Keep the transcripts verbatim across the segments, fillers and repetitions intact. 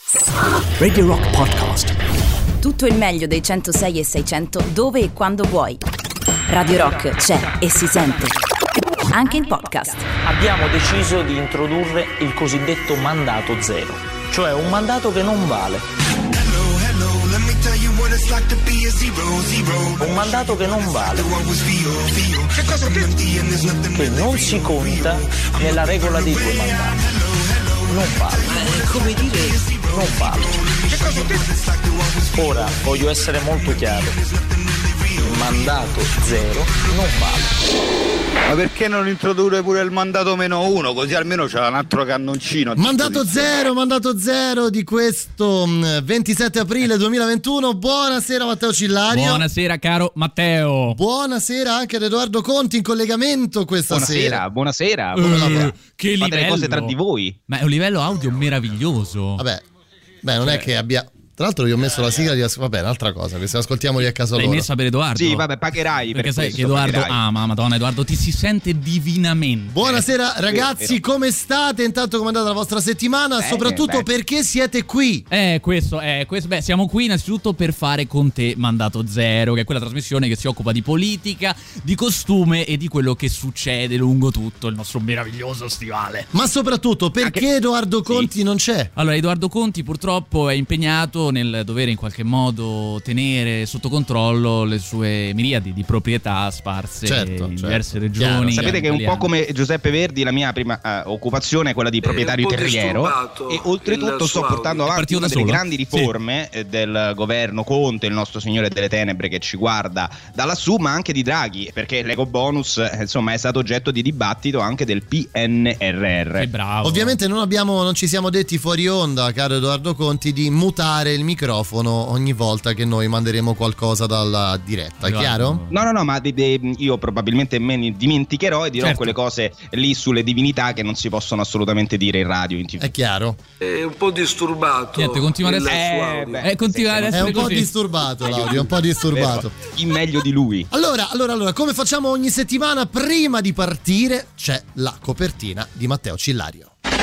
Radio Rock Podcast. Tutto il meglio dei centosei e seicento dove e quando vuoi. Radio Rock c'è e si sente anche in podcast. Abbiamo deciso di introdurre il cosiddetto mandato zero, cioè un mandato che non vale. Un mandato che non vale, che non si conta nella regola dei due mandati. Non vale. È come dire, non vale. Ora voglio essere molto chiaro. Il mandato zero non vale. Ma perché non introdurre pure il mandato meno uno, così almeno c'è un altro cannoncino. Mandato zero, mandato zero di questo ventisette aprile duemilaventuno. Buonasera Matteo Cillario. Buonasera caro Matteo. Buonasera anche ad Edoardo Conti in collegamento questa buonasera, sera. Buonasera, buonasera. Uh, che livello. Fate le cose tra di voi. Ma è un livello audio meraviglioso. Vabbè, beh, non cioè. è che abbia... Tra l'altro io ho messo la sigla di as- vabbè, un'altra cosa, che se ascoltiamoli a casa L'hai loro. L'hai messa per Edoardo? Sì, vabbè, pagherai. Perché per sai questo, che Edoardo pagherai. ama, madonna Edoardo, ti si sente divinamente. Buonasera ragazzi, vero, vero. come state? Intanto come è andata la vostra settimana? Bene, Soprattutto bene. perché siete qui? Eh, questo, eh, questo, beh, siamo qui innanzitutto per fare con te Mandato Zero, che è quella trasmissione che si occupa di politica, di costume e di quello che succede lungo tutto il nostro meraviglioso stivale. Ma soprattutto perché Anche... Edoardo Conti sì. non c'è? Allora, Edoardo Conti purtroppo è impegnato nel dovere in qualche modo tenere sotto controllo le sue miriadi di proprietà sparse certo, in certo. diverse regioni. Chiaro. Sapete che è un italiane. po' come Giuseppe Verdi, la mia prima uh, occupazione è quella di proprietario terriero, e oltretutto sto portando avanti una delle grandi riforme sì. del governo Conte, il nostro signore delle tenebre che ci guarda da lassù, ma anche di Draghi, perché l'eco bonus eh, insomma è stato oggetto di dibattito anche del P N R R. Che bravo. Ovviamente non abbiamo, non ci siamo detti fuori onda, caro Edoardo Conti, di mutare il microfono ogni volta che noi manderemo qualcosa dalla diretta, è chiaro? No, no, no, ma de- de- io probabilmente me ne dimenticherò e dirò certo. quelle cose lì sulle divinità che non si possono assolutamente dire in radio, in tivù. È chiaro? È un po' disturbato. Niente, continua ad il essere- suo Eh, audio. beh. Eh, continua ad È essere È un po' così. disturbato l'audio, è un po' disturbato. Vero, chi meglio di lui. Allora, allora, allora, come facciamo ogni settimana, prima di partire c'è la copertina di Matteo Cillario.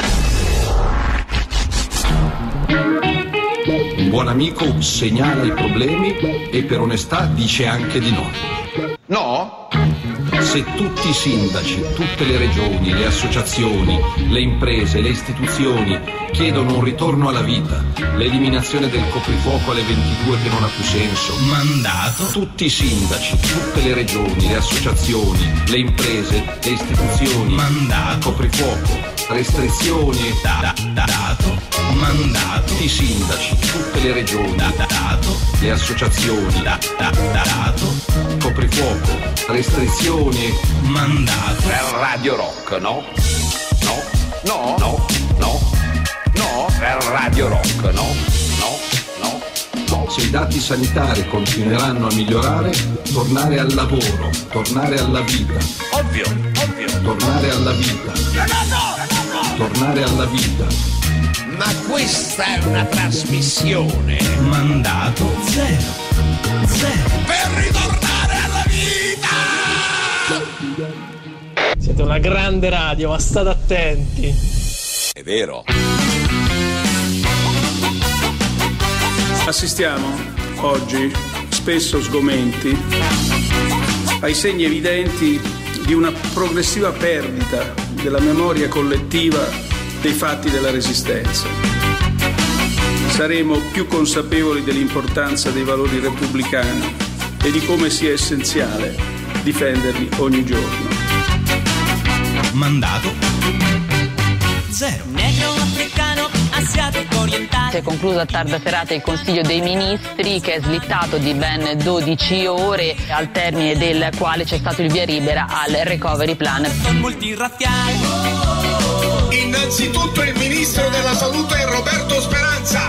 Un buon amico segnala i problemi e per onestà dice anche di no. No? Se tutti i sindaci, tutte le regioni, le associazioni, le imprese, le istituzioni chiedono un ritorno alla vita, l'eliminazione del coprifuoco alle ventidue che non ha più senso, Mandato. tutti i sindaci, tutte le regioni, le associazioni, le imprese, le istituzioni, Mandato. coprifuoco, restrizioni, Da, da, dato. Mandato. tutti i sindaci, tutte le regioni, Da, da, dato. le associazioni, Da, da, da, dato. coprifuoco, restrizioni. Mandato. Per Radio Rock, no? No? No? No? No? No? Per Radio Rock, no? No? No? No? Se i dati sanitari continueranno a migliorare, tornare al lavoro, tornare alla vita, Ovvio, ovvio. tornare alla vita, tornare alla vita. Ma questa è una trasmissione Mandato zero. Zero. per ritornare alla vita! Siete una grande radio, ma state attenti. È vero. Assistiamo oggi, spesso sgomenti, ai segni evidenti di una progressiva perdita della memoria collettiva dei fatti della Resistenza. Saremo più consapevoli dell'importanza dei valori repubblicani e di come sia essenziale difenderli ogni giorno. Mandato zero. Negro, africano, asiatico, orientale. Si è concluso a tarda serata il Consiglio dei Ministri, che è slittato di ben dodici ore, al termine del quale c'è stato il via libera al recovery plan. Sono multirrazziale. Innanzitutto il ministro della salute è Roberto Speranza,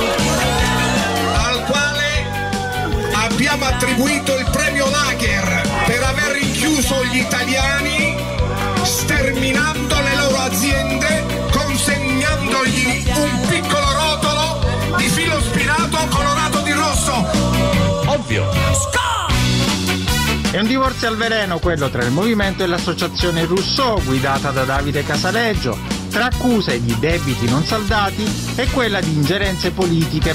al quale abbiamo attribuito il premio Lager per aver rinchiuso gli italiani, sterminando le loro aziende, consegnandogli un piccolo rotolo di filo spinato colorato di rosso. Ovvio. È un divorzio al veleno quello tra il movimento e l'associazione Rousseau, guidata da Davide Casaleggio, tra accuse di debiti non saldati e quella di ingerenze politiche.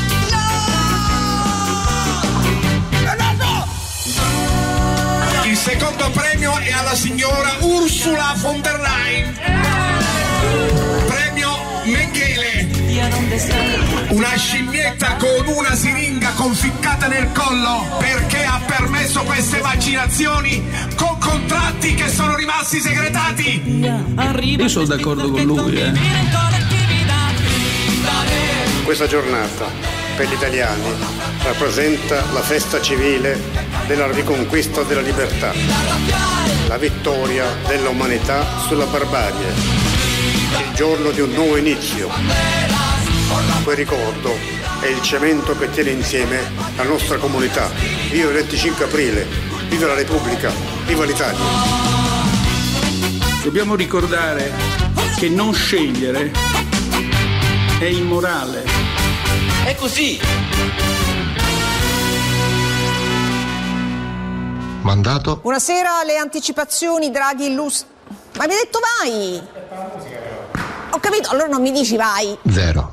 Il secondo premio è alla signora Ursula von der Leyen. Premio Mengele. Una scimmietta con una siringa conficcata nel collo perché ha permesso queste vaccinazioni con contratti che sono rimasti segretati. Io sono d'accordo con lui, eh. Questa giornata per gli italiani rappresenta la festa civile della riconquista della libertà, la vittoria dell'umanità sulla barbarie, il giorno di un nuovo inizio. Quel ricordo è il cemento che tiene insieme la nostra comunità. Viva il venticinque aprile, viva la Repubblica, viva l'Italia. Dobbiamo ricordare che non scegliere è immorale. È così. Mandato. Buonasera, le anticipazioni Draghi illustra. Ma mi hai detto vai? Ho capito, allora non mi dici vai. Zero.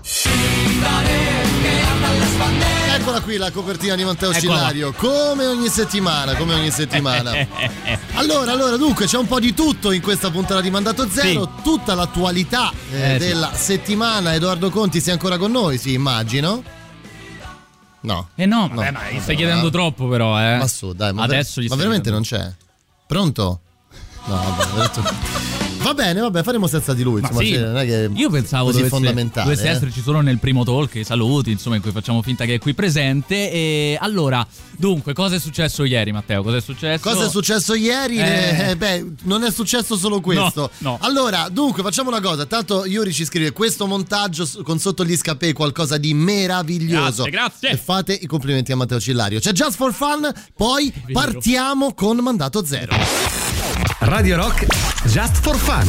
Eccola qui la copertina di Matteo Scillario, come ogni settimana, come ogni settimana. Allora, allora, dunque c'è un po' di tutto in questa puntata di Mandato Zero, sì. Tutta l'attualità eh, eh, della sì. settimana. Edoardo Conti, sei ancora con noi, sì, immagino. No. Eh no, no, vabbè, ma gli stai no, chiedendo no. troppo però, eh. Ma su, dai, ma, adesso ver- gli ma veramente chiedendo. non c'è? Pronto? No, vabbè, ho detto... Va bene, vabbè, faremo senza di lui. Ma insomma, sì, cioè, non è che io pensavo così dovesse, fondamentale. dovesse eh? esserci solo nel primo talk, i saluti, insomma, in cui facciamo finta che è qui presente. E allora, dunque, cosa è successo ieri, Matteo? Cosa è successo? Cosa è successo ieri? Eh... Eh, beh, non è successo solo questo. No, no. Allora, dunque, facciamo una cosa. Tanto Yuri ci scrive questo montaggio con sotto gli scapè qualcosa di meraviglioso. Grazie, grazie. E fate i complimenti a Matteo Cillario. C'è Just for Fun, poi partiamo con Mandato Zero. Radio Rock Just for Fun.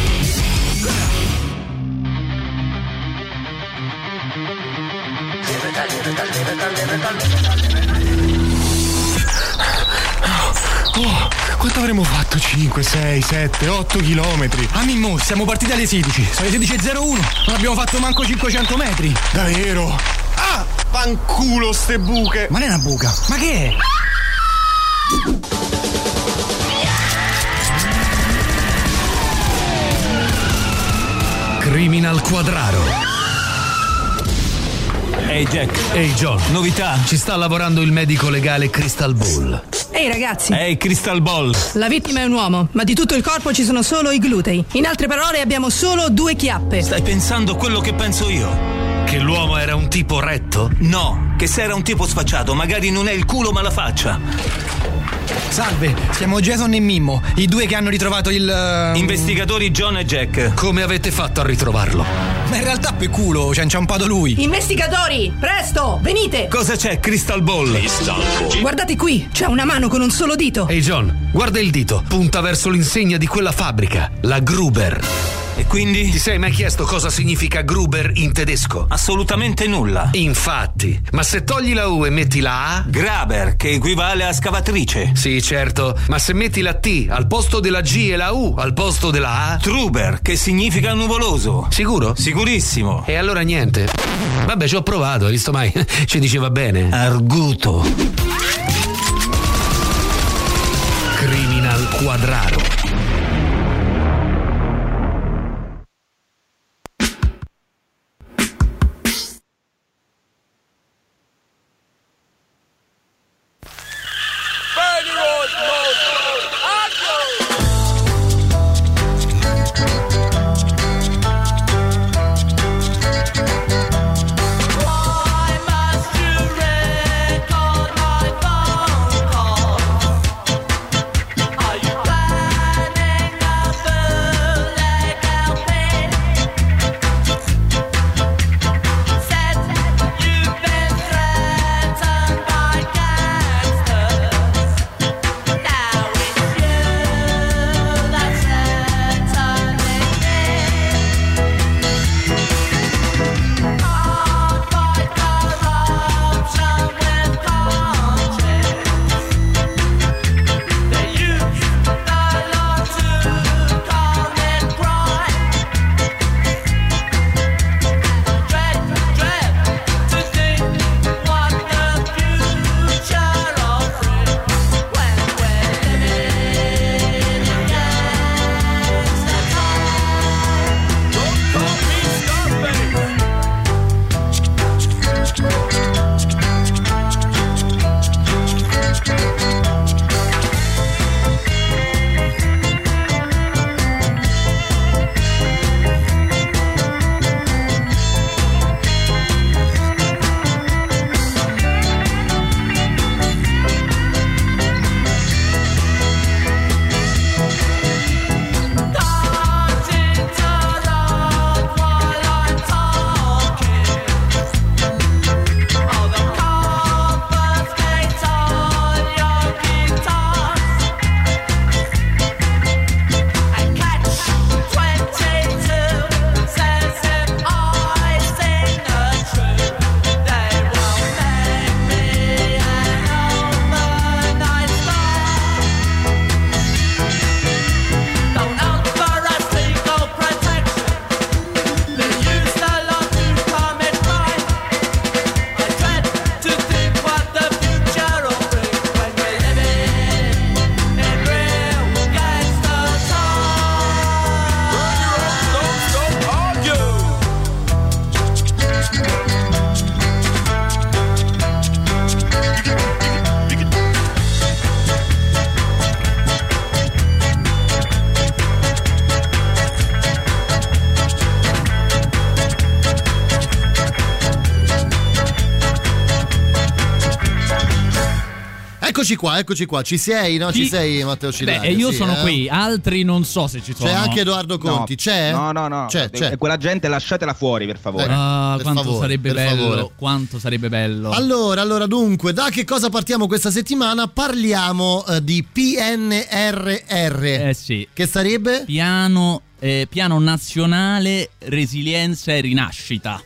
Oh, quanto avremmo fatto? cinque, sei, sette, otto chilometri. Ah Mimmo, siamo partiti alle sedici. Sono le sedici e zero uno. Non abbiamo fatto manco cinquecento metri. Davvero? Ah, fanculo ste buche. Ma non è una buca. Ma che è? Criminal Quadraro. Ehi hey Jack. Ehi hey John. Novità? Ci sta lavorando il medico legale Crystal Ball. Ehi ragazzi. Ehi hey Crystal Ball. La vittima è un uomo, ma di tutto il corpo ci sono solo i glutei. In altre parole abbiamo solo due chiappe. Stai pensando quello che penso io? Che l'uomo era un tipo retto? No, che se era un tipo sfacciato, magari non è il culo ma la faccia. Salve, siamo Jason e Mimmo, i due che hanno ritrovato il... Uh... Investigatori John e Jack. Come avete fatto a ritrovarlo? Ma in realtà per culo ci ha inciampato lui. Investigatori, presto, venite! Cosa c'è, Crystal Ball? Crystal Ball. Guardate qui, c'è una mano con un solo dito. Ehi hey John, guarda il dito, punta verso l'insegna di quella fabbrica, la Gruber. E quindi? Ti sei mai chiesto cosa significa Gruber in tedesco? Assolutamente nulla. Infatti, ma se togli la U e metti la A? Graber, che equivale a scavatrice. Sì, certo, ma se metti la T al posto della G e la U al posto della A? Truber, che significa nuvoloso. Sicuro? Sicurissimo. E allora niente. Vabbè, ci ho provato, hai visto mai? Ci diceva bene. Arguto. Criminal Quadraro. Are you bad? Eccoci qua, eccoci qua. Ci sei, no? Ci, ci sei, Matteo Scillaria? Beh, io sì, sono eh? qui, altri non so se ci sono. C'è anche Edoardo Conti, no. c'è? No, no, no. C'è, c'è. Quella gente lasciatela fuori, per favore. Ah, per quanto favore, sarebbe per bello, favore. quanto sarebbe bello. Allora, allora, dunque, da che cosa partiamo questa settimana? Parliamo eh, di P N R R. Eh sì. Che sarebbe? Piano, eh, Piano Nazionale Resilienza e Rinascita.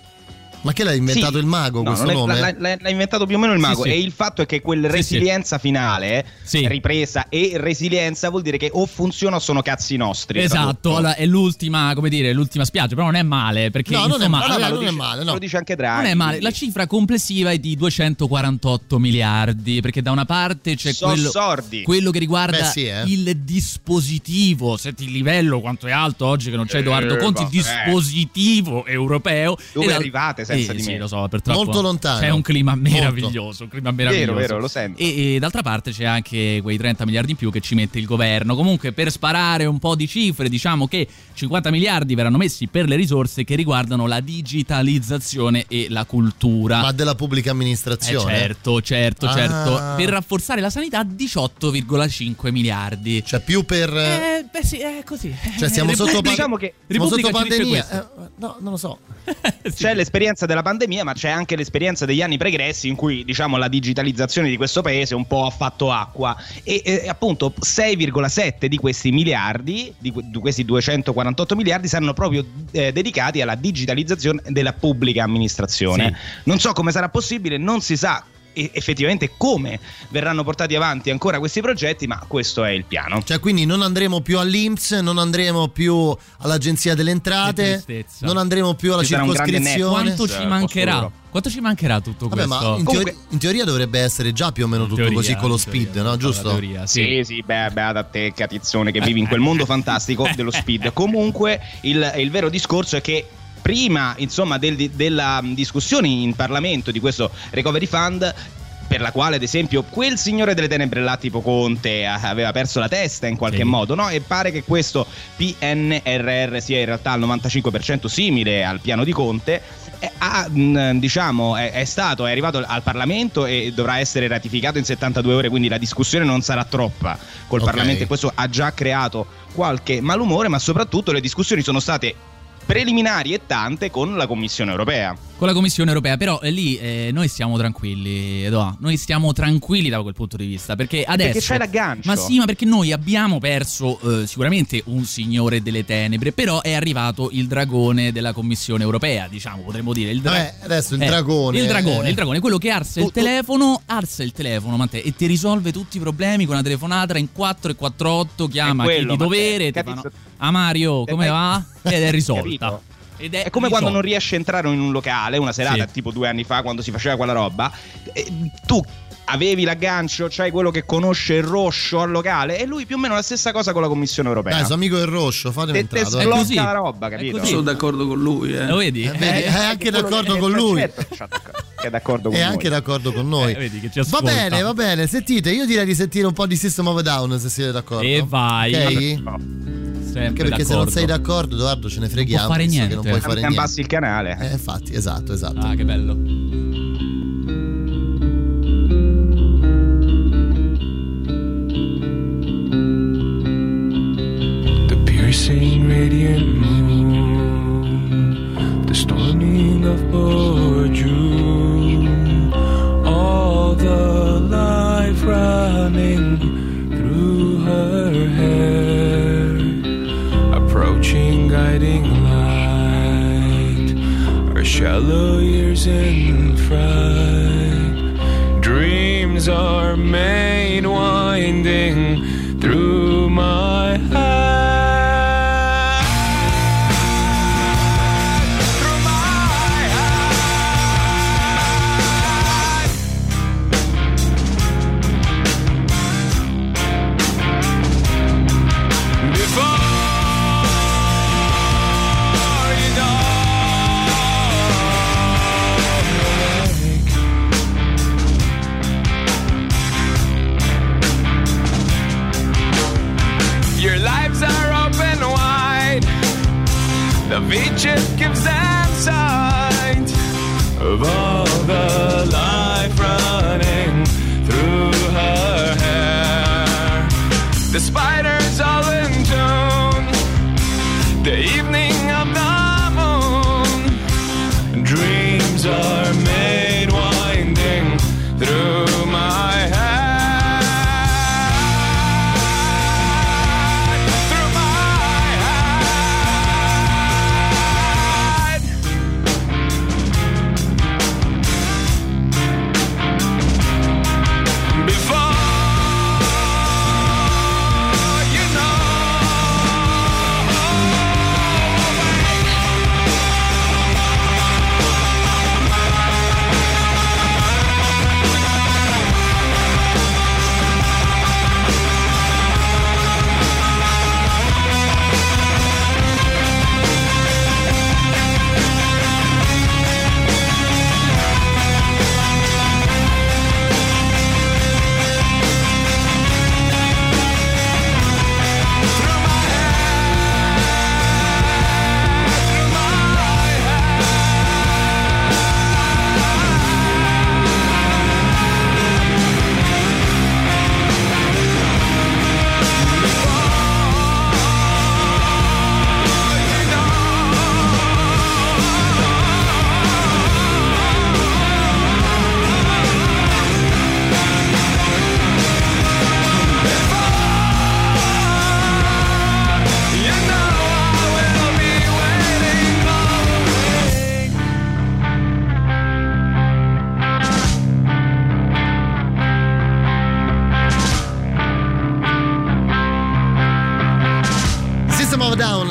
Ma che l'ha inventato sì. il mago no, questo è, nome? L'ha, l'ha, l'ha inventato più o meno il mago. Sì, sì. E il fatto è che quel resilienza sì, finale, sì. ripresa e resilienza, vuol dire che o funziona o sono cazzi nostri. Esatto, allora, è l'ultima, come dire, l'ultima spiaggia, però non è male. Perché no, insomma, non è male, allora, non lo, dice, è male no. lo dice anche Draghi. Non è male, quindi. la cifra complessiva è di duecentoquarantotto miliardi, perché da una parte c'è so quello, sordi. quello che riguarda Beh, sì, eh. il dispositivo, senti il livello quanto è alto oggi che non c'è Edoardo eh, Conti, vabbè. dispositivo europeo. Dove e arrivate senza eh, di sì, me? Lo so, purtroppo molto lontano. C'è un clima meraviglioso, molto. un clima meraviglioso. Vero, vero, lo sento. E, e d'altra parte c'è anche quei trenta miliardi in più che ci mette il governo. Comunque, per sparare un po' di cifre, diciamo che cinquanta miliardi verranno messi per le risorse che riguardano la digitalizzazione e la cultura. Ma della pubblica amministrazione? Eh certo, certo, ah. certo. Per rafforzare la sanità diciotto virgola cinque miliardi. Cioè più per... Eh, beh sì, è così. Cioè siamo sotto, diciamo che siamo sotto pandemia. Eh, no, non lo so. Sì. C'è l'esperienza della pandemia, ma c'è anche l'esperienza degli anni pregressi in cui, diciamo, la digitalizzazione di questo paese un po' ha fatto acqua e, e appunto sei virgola sette di questi miliardi, di, di questi duecentoquarantotto miliardi saranno proprio eh, dedicati alla digitalizzazione della pubblica amministrazione. Sì. Non so come sarà possibile, non si sa effettivamente come verranno portati avanti ancora questi progetti, ma questo è il piano. Cioè quindi non andremo più all'I N P S, non andremo più all'Agenzia delle Entrate, non andremo più alla ci circoscrizione. Quanto ci mancherà? Quanto ci mancherà tutto Vabbè, questo? Ma in, teori- in teoria dovrebbe essere già più o meno tutto teoria, così con lo speed, teoria, no? Giusto? Teoria, sì, sì, sì beh, beh, da te catizzone che vivi in quel mondo fantastico dello speed. Comunque il, il vero discorso è che prima, insomma, del, della discussione in Parlamento di questo Recovery Fund, per la quale ad esempio quel signore delle tenebre là tipo Conte aveva perso la testa in qualche sì. modo, no? E pare che questo P N R R sia in realtà al novantacinque per cento simile al piano di Conte. Ha, diciamo, è, è stato, è arrivato al Parlamento e dovrà essere ratificato in settantadue ore, quindi la discussione non sarà troppa col okay. Parlamento, e questo ha già creato qualche malumore, ma soprattutto le discussioni sono state preliminari e tante con la Commissione Europea. Con la Commissione Europea, però eh, lì eh, noi stiamo tranquilli, Edoardo. Noi stiamo tranquilli da quel punto di vista, perché adesso... Perché c'è l'aggancio. Ma sì, ma perché noi abbiamo perso eh, sicuramente un signore delle tenebre, però è arrivato il dragone della Commissione Europea, diciamo, potremmo dire. Il dra- Vabbè, adesso il eh, dragone. Il dragone, eh. il dragone, quello che alza il telefono, alza il telefono, Matteo, e ti risolve tutti i problemi con una telefonata in quattro e quarantotto, chiama quello, chi di dovere, ti fanno, ah Mario, come va? Ed è risolta. Ed è, è come risolto. Quando non riesci a entrare in un locale una serata, sì. tipo due anni fa quando si faceva quella roba, eh, tu avevi l'aggancio, c'hai quello che conosce il roscio al locale, e lui più o meno la stessa cosa con la Commissione Europea. Dai, sono amico del roscio, fatemi entrare. Te sblocca la roba, capito? Sono d'accordo con lui, eh. Lo vedi? Eh, vedi? È anche d'accordo con lui. È d'accordo con è noi. anche d'accordo con noi. Eh, vedi che ci va ascolta. bene, va bene. Sentite, io direi di sentire un po' di System of a Down, se siete d'accordo. E vai. Ok? No. Sempre anche perché d'accordo. Se non sei d'accordo, Edoardo, ce ne freghiamo. Non può fare niente. Che non puoi fare niente. Abbassi il canale. Eh, infatti, esatto, esatto. Ah, che bello. The piercing radiant moon, the storming of poor June, all the life running through her hair, approaching guiding light, our shallow years in fright, dreams are made winding through my head. The vision gives them sight of all the life running through her.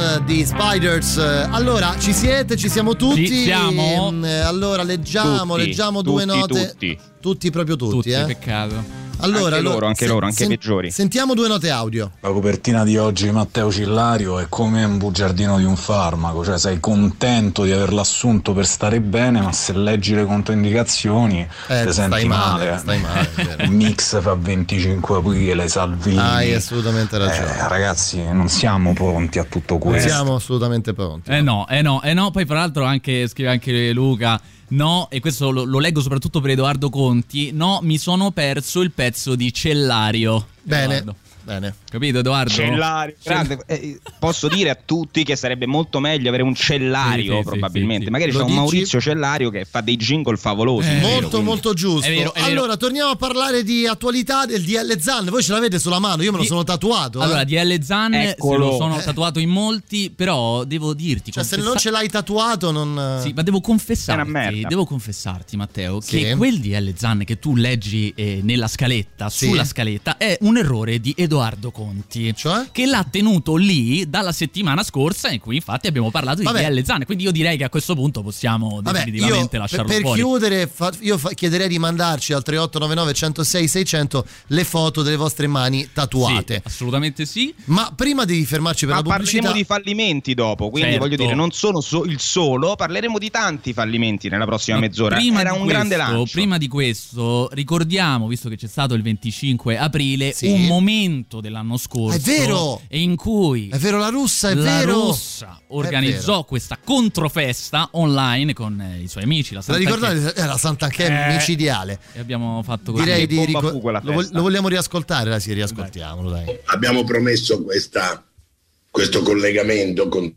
Love di Spiders. Allora, ci siete? Ci siamo tutti? Ci siamo. Allora, leggiamo, tutti, leggiamo tutti, due note. Tutti. Tutti, proprio tutti, tutti eh. Peccato. Allora, anche allora, loro, anche se, loro, anche sen- i peggiori. Sentiamo due note audio. La copertina di oggi di Matteo Cillario è come un bugiardino di un farmaco, cioè sei contento di averlo assunto per stare bene, ma se leggi le controindicazioni eh, ti senti male, male. Stai male, un mix fa venticinque aprile, Salvini. Hai assolutamente ragione. Eh, ragazzi, non siamo pronti a tutto questo. Non siamo assolutamente pronti. Eh no, eh no, eh no. Poi, fra l'altro, anche scrive anche Luca. No, e questo lo, lo leggo soprattutto per Edoardo Conti. No, mi sono perso il pezzo di Cellario. Bene. Edoardo. Bene. Capito, Edoardo? Cellario, grande. Eh, posso dire a tutti che sarebbe molto meglio avere un Cellario, sì, sì, probabilmente. sì, sì. Magari Lo c'è un dici? Maurizio Cellario che fa dei jingle favolosi. Eh, molto vero, molto giusto. È vero, è vero. Allora, torniamo a parlare di attualità del D L Zan. Voi ce l'avete sulla mano, io me lo Di- sono tatuato. eh. Allora, D L Zan se Eccolo. lo sono Eh. tatuato in molti, però devo dirti Cioè, se confessa- non ce l'hai tatuato, non. Sì, ma devo È una confessarti, merda. devo confessarti, Matteo, Sì. che quel D L Zan che tu leggi eh, nella scaletta, Sì. sulla scaletta, è un errore di Edoardo Conti. Cioè? Che l'ha tenuto lì dalla settimana scorsa, in cui infatti abbiamo parlato di Vabbè. D L Zan. Quindi io direi che a questo punto possiamo Vabbè, definitivamente io, lasciarlo per, per fuori. chiudere, fa- io fa- chiederei di mandarci al tre otto nove nove uno zero sei sei zero zero le foto delle vostre mani tatuate. Sì, assolutamente sì. Ma prima di fermarci per Ma la pubblicità, parleremo di fallimenti dopo, quindi Certo. voglio dire, non sono so- il solo, parleremo di tanti fallimenti nella prossima Ma mezz'ora. prima Era di un grande questo- lancio. Prima di questo, ricordiamo, visto che c'è stato il venticinque aprile, Sì. un momento dell'anno scorso. È vero! In cui è vero, la russa, è la vero. Russia organizzò questa controfesta online con eh, i suoi amici. La Se la Santa ricordate? Era Sant'Anchè Eh, micidiale. E abbiamo fatto così. Direi che di bomba rico- fu quella lo, vo- festa. lo vogliamo riascoltare? Sì, riascoltiamolo, dai. Abbiamo promesso questa, questo collegamento con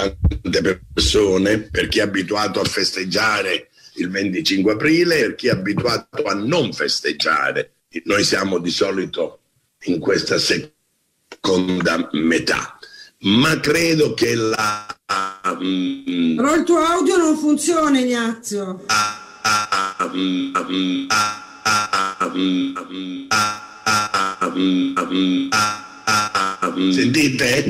tante persone, per chi è abituato a festeggiare il venticinque aprile, per chi è abituato a non festeggiare. Noi siamo di solito in questa seconda metà, ma credo che la mm, Però il tuo audio non funziona, Ignazio. sentite?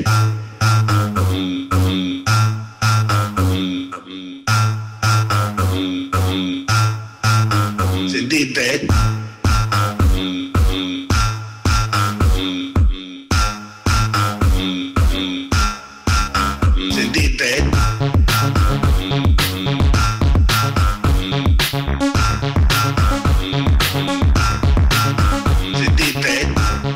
Sentite? Sentite? Sentite?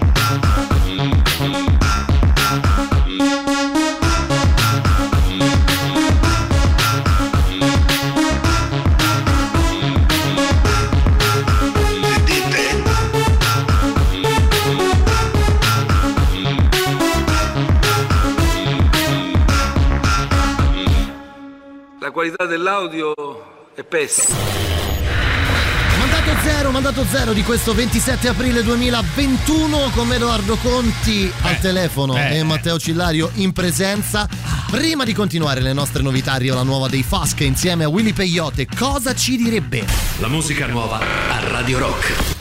La qualità dell'audio è pessima. Mandato zero, mandato zero di questo ventisette aprile duemilaventuno con Edoardo Conti al telefono eh, e Matteo Cillario in presenza. Prima di continuare le nostre novità arriva la nuova dei Fasche insieme a Willy Peyote. Cosa ci direbbe? La musica nuova a Radio Rock.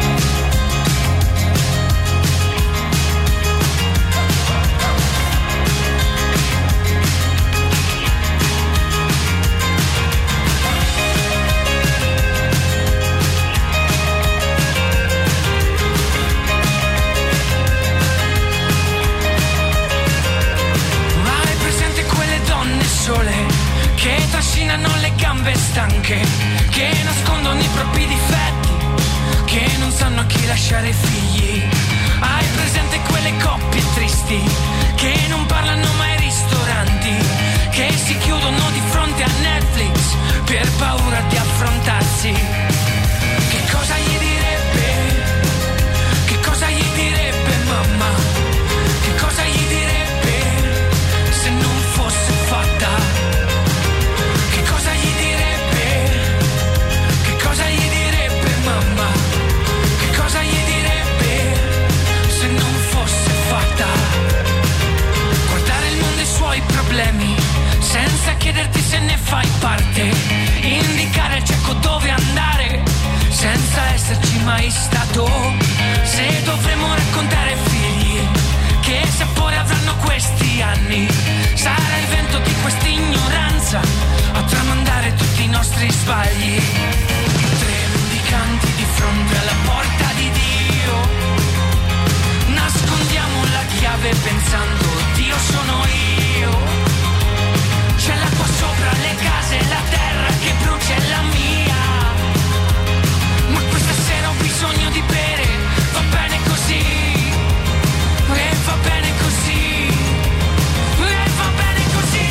Hai presente quelle donne sole che trascinano le gambe stanche, che nascondono i propri difetti, che non sanno a chi lasciare i figli? Hai presente quelle coppie tristi che non parlano mai ai ristoranti, che si chiudono di fronte a Netflix per paura di affrontarsi? Che cosa gli direbbe? Che cosa gli direbbe mamma? Che cosa gli direbbe se non fosse fatta? Che cosa gli direbbe? Che cosa gli direbbe mamma? Che cosa gli direbbe se non fosse fatta? Guardare il mondo e i suoi problemi senza chiederti se ne fai parte, indicare al cieco dove andare senza esserci mai stato. Se dovremmo raccontare ai figli che sapore avranno questi anni? Sarà il vento di questa ignoranza a tramandare tutti i nostri sbagli. Tre mendicanti di fronte alla porta di Dio, nascondiamo la chiave pensando Dio sono io. C'è l'acqua sopra le case, la terra che brucia è la mia. Ma questa sera ho bisogno di bere, va bene così. E va bene così. E va bene così.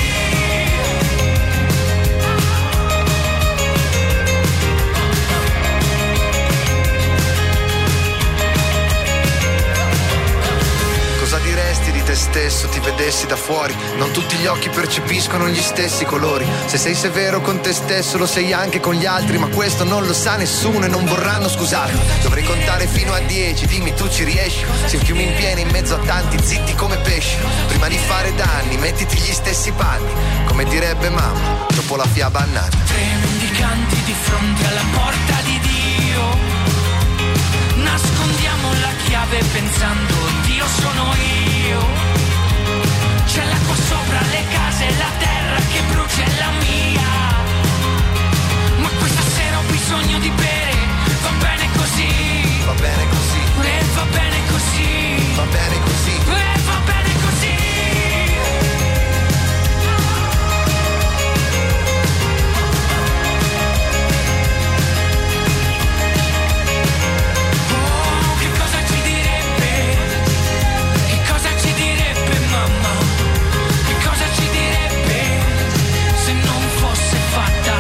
Cosa diresti di te stesso, ti vedessi da fuori? Non tutti gli occhi percepiscono gli stessi colori. Se sei severo con te stesso lo sei anche con gli altri, ma questo non lo sa nessuno e non vorranno scusarmi. Dovrei contare fino a dieci, dimmi tu ci riesci? Se fiumi in piena in mezzo a tanti zitti come pesci. Prima di fare danni mettiti gli stessi panni, come direbbe mamma dopo la fiaba annata. Tre mendicanti di fronte alla porta di Dio, nascondiamo la chiave pensando Dio sono io. C'è l'acqua sopra le case, la terra che brucia è la mia. Ma questa sera ho bisogno di bere, va bene così. Va bene così. E va bene così. Va bene così. E va bene così. Oh, che cosa ci direbbe? Che cosa ci direbbe mamma? Che cosa ci direbbe se non fosse fatta?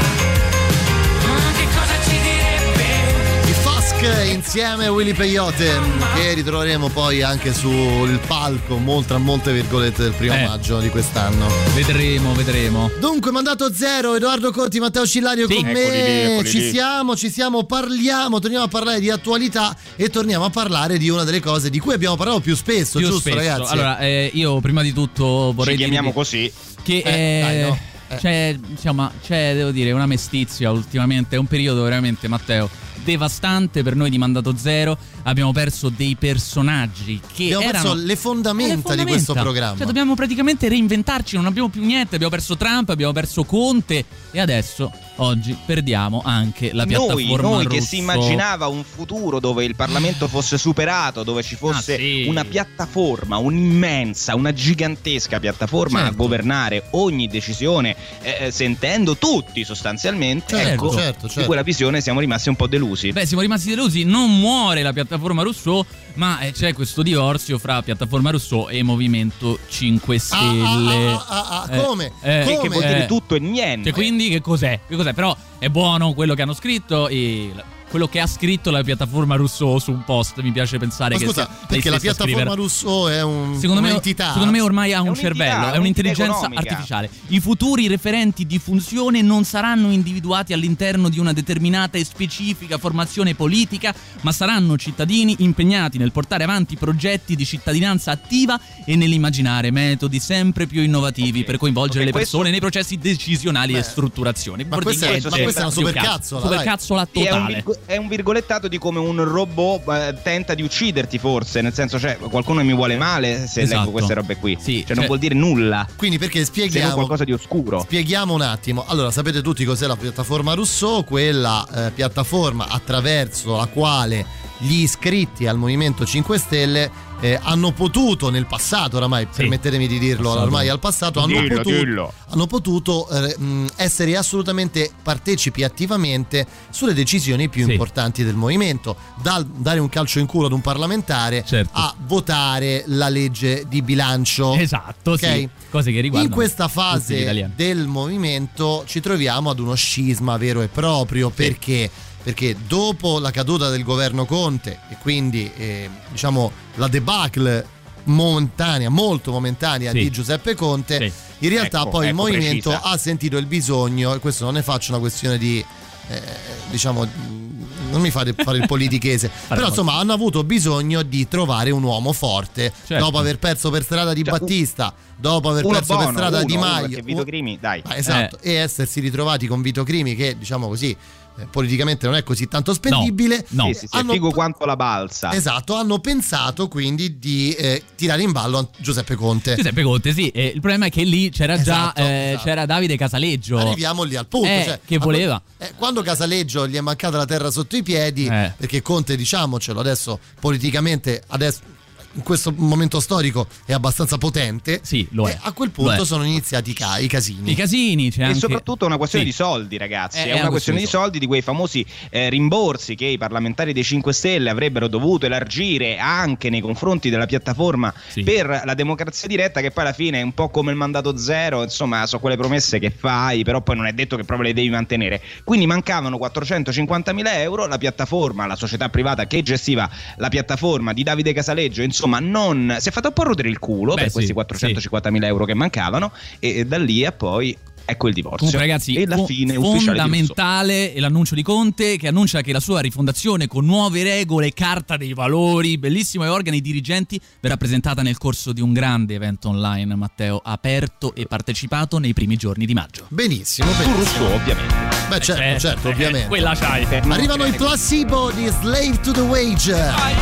Ah, che cosa ci direbbe? I Fask insieme a Willy Peyote, che ritroveremo poi anche sul palco, molto, molte virgolette, del primo Eh. maggio di quest'anno. Vedremo, vedremo. Dunque, mandato zero, Edoardo Conti, Matteo Scillario Sì. con me. Eccoli lì, eccoli ci lì. siamo, ci siamo, parliamo, torniamo a parlare di attualità e torniamo a parlare di una delle cose di cui abbiamo parlato più spesso, Più giusto spesso. ragazzi? Allora, eh, io prima di tutto vorrei Ci chiamiamo dirvi così. che Eh, eh, dai, no. Eh. c'è, insomma, c'è, devo dire, una mestizia ultimamente. È un periodo veramente, Matteo, devastante per noi di Mandato Zero. Abbiamo perso dei personaggi che Abbiamo erano perso le fondamenta, le fondamenta di questo programma. Cioè, dobbiamo praticamente reinventarci, non abbiamo più niente. Abbiamo perso Trump, abbiamo perso Conte e adesso oggi perdiamo anche la Noi, piattaforma noi che Rousseau. si immaginava un futuro dove il Parlamento fosse superato, dove ci fosse Ah, sì. una piattaforma, un'immensa, una gigantesca piattaforma Certo. a governare ogni decisione, eh, sentendo tutti sostanzialmente, Certo, ecco, certo, certo. di quella visione siamo rimasti un po' delusi. Beh, siamo rimasti delusi, non muore la piattaforma Rousseau, ma eh, c'è questo divorzio fra piattaforma Rousseau e Movimento cinque Stelle. Ah, ah, ah, ah, Eh, come? eh, Come? Che vuol dire Eh. tutto e niente. Cioè, quindi che cos'è? Che cos'è? Però è buono quello che hanno scritto e la- quello che ha scritto la piattaforma Rousseau su un post. Mi piace pensare Ma che scusa, sia lei perché la stessa a piattaforma scrivere. Rousseau è un, Secondo me, un'entità. secondo me ormai ha un un'entità, cervello, è un'entità un'intelligenza economica. artificiale. I futuri referenti di funzione non saranno individuati all'interno di una determinata e specifica formazione politica, ma saranno cittadini impegnati nel portare avanti progetti di cittadinanza attiva e nell'immaginare metodi sempre più innovativi Okay. per coinvolgere Okay, le persone questo- nei processi decisionali Beh, e strutturazione. ma questa è- Bordighetti, ma questa è una più supercazzola, dai. Supercazzola Sì, è, un totale. virgo- è un virgolettato di come un robot eh, tenta di ucciderti, forse, nel senso, cioè, qualcuno mi vuole male se Esatto. leggo queste robe qui. Sì, cioè, cioè- non vuol dire nulla, Quindi perché se non spieghiamo qualcosa di oscuro. Spieghiamo un attimo. Allora, sapete tutti cos'è la piattaforma Rousseau? Quella eh, piattaforma attraverso la quale gli iscritti al Movimento cinque Stelle eh, hanno potuto nel passato, oramai Sì. permettetemi di dirlo, Passato. ormai al passato, hanno Dillo, potuto, dillo. hanno potuto eh, mh, essere assolutamente partecipi attivamente sulle decisioni più Sì. importanti del movimento, dal dare un calcio in culo ad un parlamentare Certo. a votare la legge di bilancio. Esatto, Ok? sì. Cose che riguardano In questa tutti gli fase italiani. del movimento ci troviamo ad uno scisma vero e proprio. Perché? Perché dopo la caduta del governo Conte e quindi eh, diciamo la debacle momentanea, molto momentanea Sì. di Giuseppe Conte, Sì. in realtà Ecco, poi il ecco, movimento precisa. ha sentito il bisogno, e questo non ne faccio una questione di eh, diciamo, non mi fate fare il politichese, però insomma hanno avuto bisogno di trovare un uomo forte. Certo. Dopo aver perso per strada di Cioè, Battista, dopo aver Uno perso per buono, strada uno, di uno, Maio, perché Vito Crimi, dai. Ah, esatto, e essersi ritrovati con Vito Crimi che, diciamo così, eh, politicamente non è così tanto spendibile. No, no. Sì, sì, sì, hanno, è figo quanto la balsa. Esatto, hanno pensato quindi di eh, tirare in ballo Giuseppe Conte. Giuseppe Conte, sì. Eh, il problema è che lì c'era esatto, già eh, esatto. c'era Davide Casaleggio. Arriviamo lì al punto. Eh, cioè, che voleva. Eh, quando Casaleggio gli è mancata la terra sotto i piedi, eh. perché Conte, diciamocelo adesso, politicamente adesso in questo momento storico è abbastanza potente, sì, lo è. E a quel punto sono iniziati i, ca- i casini. I casini, c'è e anche... soprattutto è una questione sì. di soldi, ragazzi. È, è, è una, una questione questione di soldi, di quei famosi eh, rimborsi che i parlamentari dei cinque Stelle avrebbero dovuto elargire anche nei confronti della piattaforma sì. per la democrazia diretta, che poi alla fine è un po' come il mandato zero, insomma, sono quelle promesse che fai, però poi non è detto che proprio le devi mantenere. Quindi mancavano quattrocentocinquantamila euro, la piattaforma, la società privata che gestiva la piattaforma di Davide Casaleggio, insomma, non si è fatto un po' rodere il culo Beh, per sì, questi quattrocentocinquantamila sì. euro che mancavano, e, e da lì a poi ecco il divorzio. Comunque, ragazzi, e la fo- fine fondamentale è l'annuncio di Conte, che annuncia che la sua rifondazione con nuove regole, carta dei valori, bellissimo, e organi dirigenti verrà presentata nel corso di un grande evento online, Matteo, aperto e partecipato nei primi giorni di maggio. Benissimo, benissimo. Rousseau, ovviamente. Beh, certo, eh, certo, eh, ovviamente. Quella c'hai. Arrivano i Placebo di Slave to the Wage. Vai.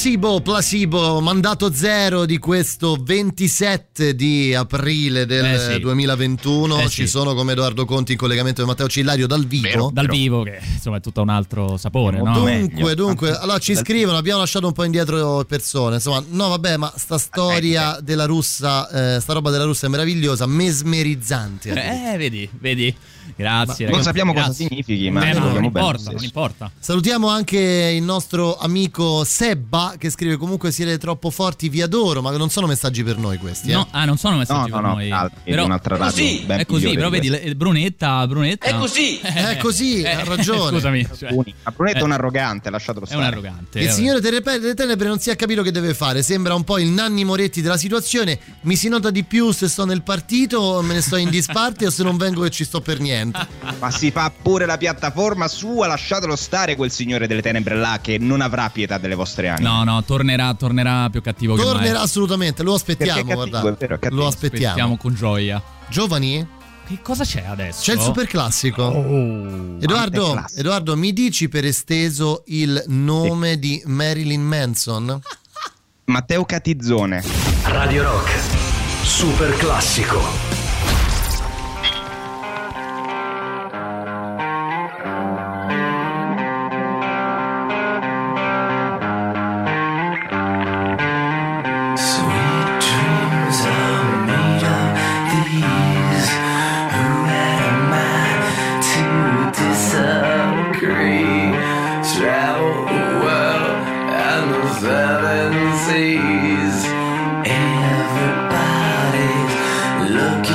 Placebo, Placebo, mandato zero di questo ventisette di aprile del eh sì. duemilaventuno. Eh Ci sì. sono come Edoardo Conti in collegamento con Matteo Cillario dal vivo. Vero, dal vivo, che insomma è tutto un altro sapore, no? Dunque, dunque, allora ci scrivono, abbiamo lasciato un po' indietro persone. Insomma, no, vabbè, ma sta storia della russa, eh, sta roba della Russia è meravigliosa, mesmerizzante. Eh, vedi, vedi. Grazie. Ma non sappiamo cosa significhi, ma eh, no, non importa, bene, non importa. Salutiamo anche il nostro amico Sebba che scrive: comunque siete troppo forti, vi adoro. Ma non sono messaggi per noi questi, eh? No, ah, non sono messaggi no, per no, noi. No, però un'altra radio così, ben è così, però vedi, questa. le- Brunetta, Brunetta. È così. È così, ha ragione. Scusami. Cioè, Ma Brunetta eh, è un arrogante, lasciatelo è stare. un arrogante. Il eh, signore delle Pe- delle Tenebre non si è capito che deve fare. Sembra un po' il Nanni Moretti della situazione. Mi si nota di più se sto nel partito, me ne sto in disparte, o se non vengo che ci sto per niente. Ma si fa pure la piattaforma sua, lasciatelo stare quel signore delle tenebre là che non avrà pietà delle vostre anime. No, no, tornerà, tornerà più cattivo che mai. Tornerà assolutamente, lo aspettiamo, Perché è cattivo, guardate. è vero, è cattivo. Lo aspettiamo. Aspettiamo con gioia. Giovani? Che cosa c'è adesso? C'è il super classico. Oh, Edoardo, classico. Edoardo, mi dici per esteso il nome di Marilyn Manson? Matteo Catizzone. Radio Rock, super classico. Sweet dreams are made of these. Who am I to disagree? Travel the world and the seven seas. Everybody's looking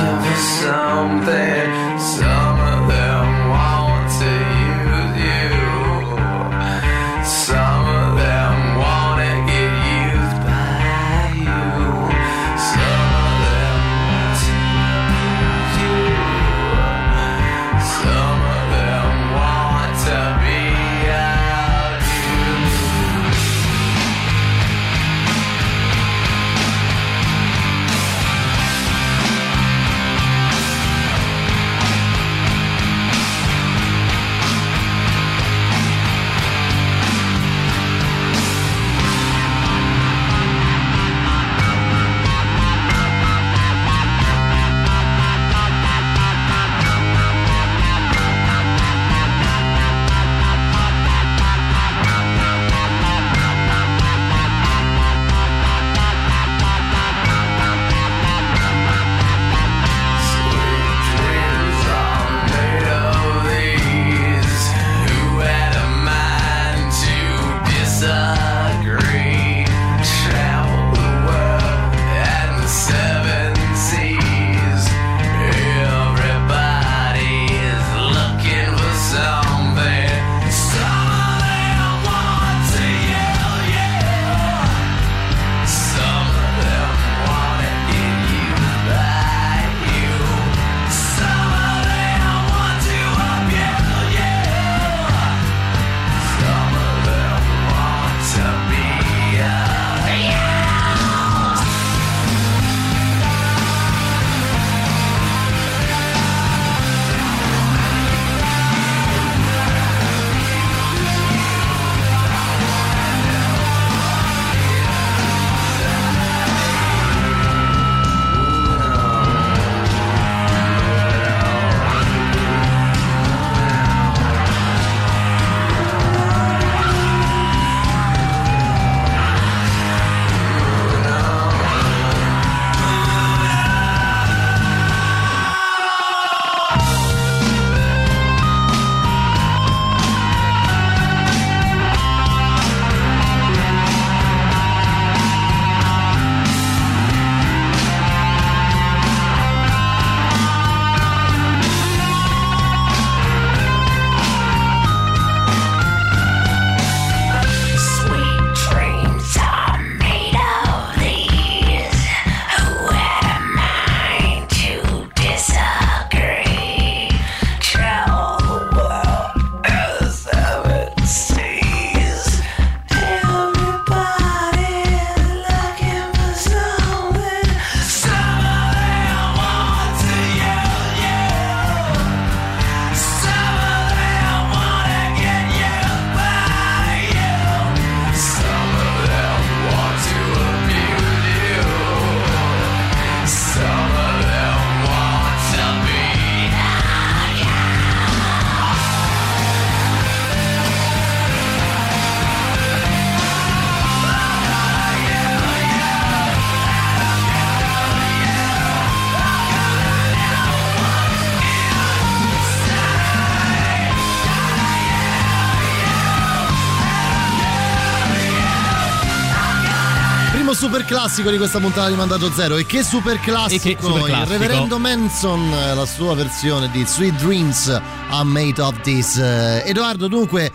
super classico di questa puntata di Mandato Zero. E che super classico, che super classico. Il Reverendo Manson, la sua versione di Sweet Dreams I'm Made of This. eh, Edoardo, dunque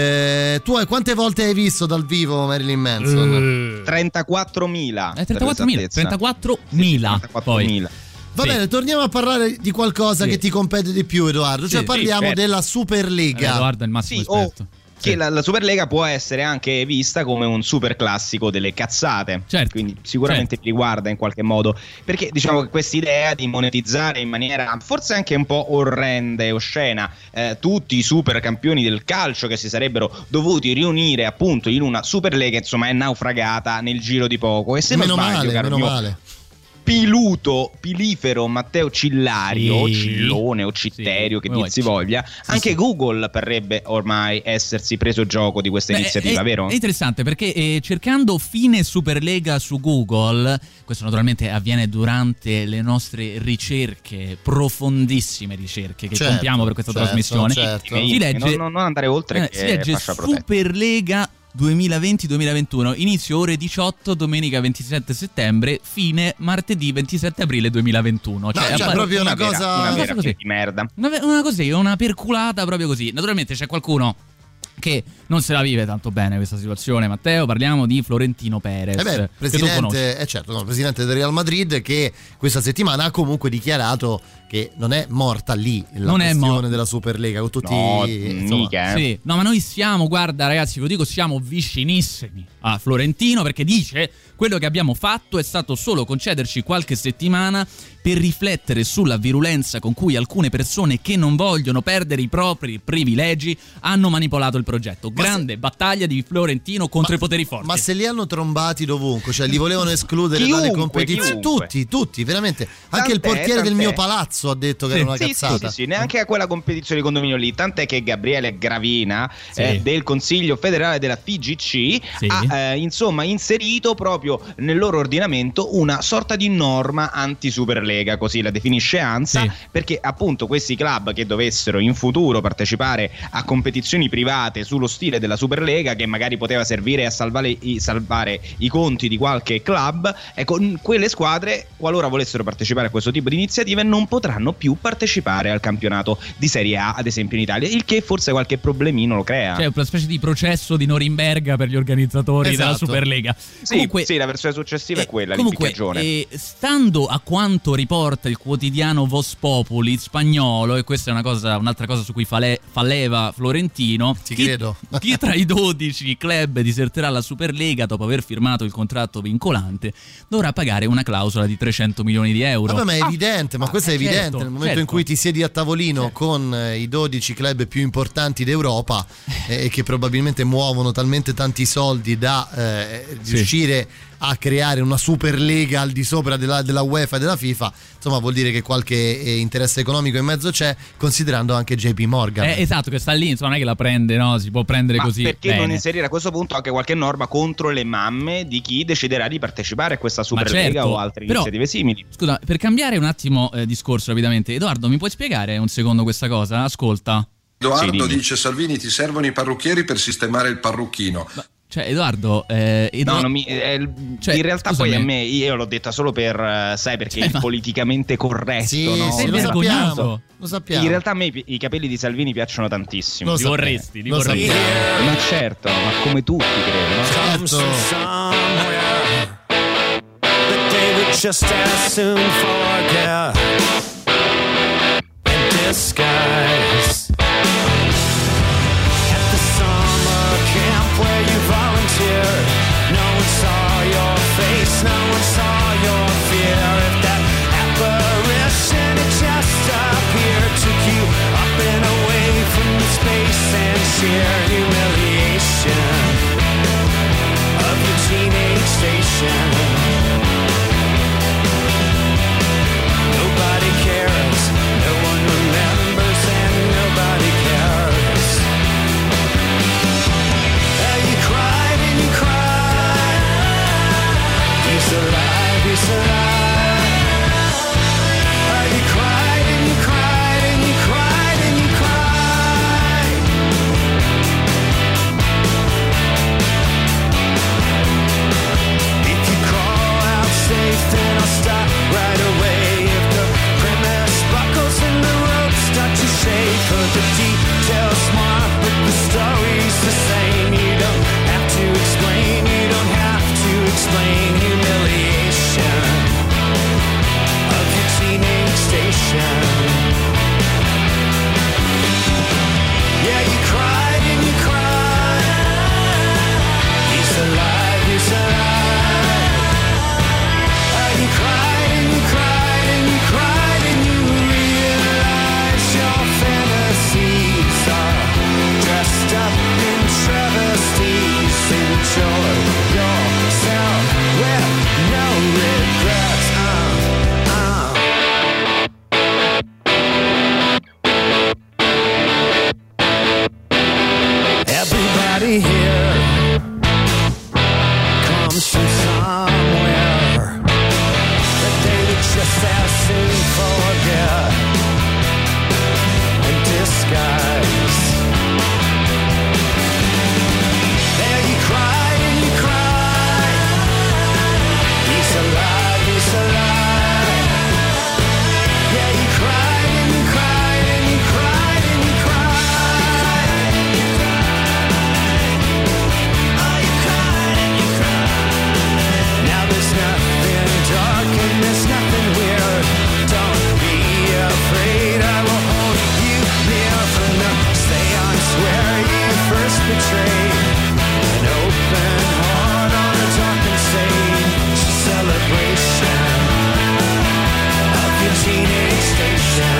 eh, tu hai, quante volte hai visto dal vivo Marilyn Manson? Uh, trentaquattromila eh, trentaquattromila trentaquattromila poi. Va sì. bene, torniamo a parlare di qualcosa sì. che ti compete di più, Edoardo. Cioè sì, parliamo sì, certo. della Superlega. Edoardo è il massimo sì, esperto. Oh. Che la, la Superlega può essere anche vista come un super classico delle cazzate, certo, quindi sicuramente certo. ti riguarda in qualche modo, perché diciamo che questa idea di monetizzare in maniera forse anche un po' orrenda e oscena eh, tutti i super campioni del calcio che si sarebbero dovuti riunire appunto in una Superlega, insomma è naufragata nel giro di poco. E se meno non sbaglio, male, caro meno mio male. Piluto, pilifero Matteo Cillario, sì. o Cillone o Citterio, sì. che dir si voglia, sì, anche sì. Google parrebbe ormai essersi preso gioco di questa Beh, iniziativa, è, vero? È interessante perché eh, cercando fine Superlega su Google, questo naturalmente avviene durante le nostre ricerche, profondissime ricerche che certo, compiamo per questa certo, trasmissione, certo. si legge, non, non andare oltre eh, si legge fascia protetta. Superlega duemilaventi duemilaventuno, inizio ore diciotto, domenica ventisette settembre, fine martedì ventisette aprile duemilaventuno. Cioè, no, cioè proprio una, una cosa vera, una vera così. di merda. Una, una così, una perculata proprio così. Naturalmente c'è qualcuno che non se la vive tanto bene questa situazione, Matteo. Parliamo di Florentino Perez, eh beh, presidente, eh certo, no, presidente del Real Madrid, che questa settimana ha comunque dichiarato che non è morta lì la non questione è mor- della Superlega con tutti no, insomma, mica, eh. sì. No, ma noi siamo, guarda ragazzi, ve lo dico, siamo vicinissimi a Florentino, perché dice: quello che abbiamo fatto è stato solo concederci qualche settimana per riflettere sulla virulenza con cui alcune persone che non vogliono perdere i propri privilegi hanno manipolato il progetto. Grande se... battaglia di Florentino contro ma, i poteri forti. Ma se li hanno trombati dovunque, cioè li volevano escludere chiunque, dalle competizioni, tutti, tutti, veramente. Anche tant'è, il portiere tant'è. del mio palazzo ha detto che sì, era una sì, cazzata. Sì, sì, sì, neanche a quella competizione di condominio lì. Tant'è che Gabriele Gravina sì. eh, del Consiglio federale della F G C sì. ha eh, insomma inserito proprio nel loro ordinamento una sorta di norma anti-Superlega, così la definisce ANSA, sì. perché appunto questi club che dovessero in futuro partecipare a competizioni private sullo stile della Superlega, che magari poteva servire a salvare i, salvare i conti di qualche club, ecco, quelle squadre, qualora volessero partecipare a questo tipo di iniziative, non potranno più partecipare al campionato di Serie A, ad esempio in Italia, il che forse qualche problemino lo crea. Cioè una specie di processo di Norimberga per gli organizzatori esatto. della Superlega. Sì, comunque, sì, la versione successiva eh, è quella, comunque, l'impiccagione. Eh, stando a quanto riporta il quotidiano Voz Populi spagnolo, e questa è una cosa, un'altra cosa su cui fale, falleva Florentino, Ti chi, credo. chi tra i dodici club diserterà la Superlega dopo aver firmato il contratto vincolante dovrà pagare una clausola di trecento milioni di euro. Vabbè, ma è ah, evidente, ma questo ah, è evidente. certo, Nel momento certo. in cui ti siedi a tavolino certo. con eh, i dodici club più importanti d'Europa e eh, che probabilmente muovono talmente tanti soldi da eh, riuscire sì. a creare una Superlega al di sopra della, della UEFA e della FIFA, insomma vuol dire che qualche eh, interesse economico in mezzo c'è, considerando anche J P Morgan. Eh, esatto, che sta lì, insomma non è che la prende, no? Si può prendere ma così. Perché bene. non inserire a questo punto anche qualche norma contro le mamme di chi deciderà di partecipare a questa Superlega certo, o altre però, iniziative simili? Scusa, per cambiare un attimo eh, discorso rapidamente, Edoardo, mi puoi spiegare un secondo questa cosa? Ascolta. Edoardo sì, dice: Salvini, ti servono i parrucchieri per sistemare il parrucchino. Ma... Cioè Edoardo, eh, Edo... no, non mi, eh, cioè, in realtà scusami. Poi a me, io l'ho detta solo per, uh, sai perché cioè, è ma... politicamente corretto, sì, no? sì, lo sappiamo, lo sappiamo. In realtà a me i, i capelli di Salvini piacciono tantissimo. Lo li vorresti, li lo vorresti. Ma certo, ma come tutti credo, no? Certo. Just as soon forget in disguise at the summer camp where you volunteered. No one saw your face, no one saw your fear. If that apparition had just appeared, took you up and away from the space and sheer humiliation of your teenage station. Nobody cares, no one remembers, and nobody cares. And you cried and you cried. He's alive just as soon forget and disguise. There you cried and you cried. He's alive, he's alive. Yeah, you cried and you cried and you cried and you cried. Oh, you cried and you cried. Now there's nothing dark and there's nothing weird. Don't be afraid, I will hold you near for now. Stay on, swear you first betrayed. An open heart on a darkened stage. Celebration of your teenage station.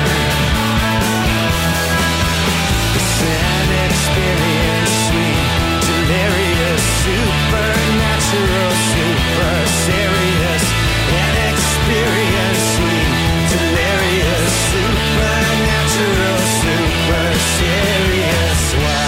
It's an experience, sweet, delirious, supernatural, super serious. An experience, sweet, delirious, supernatural, super serious.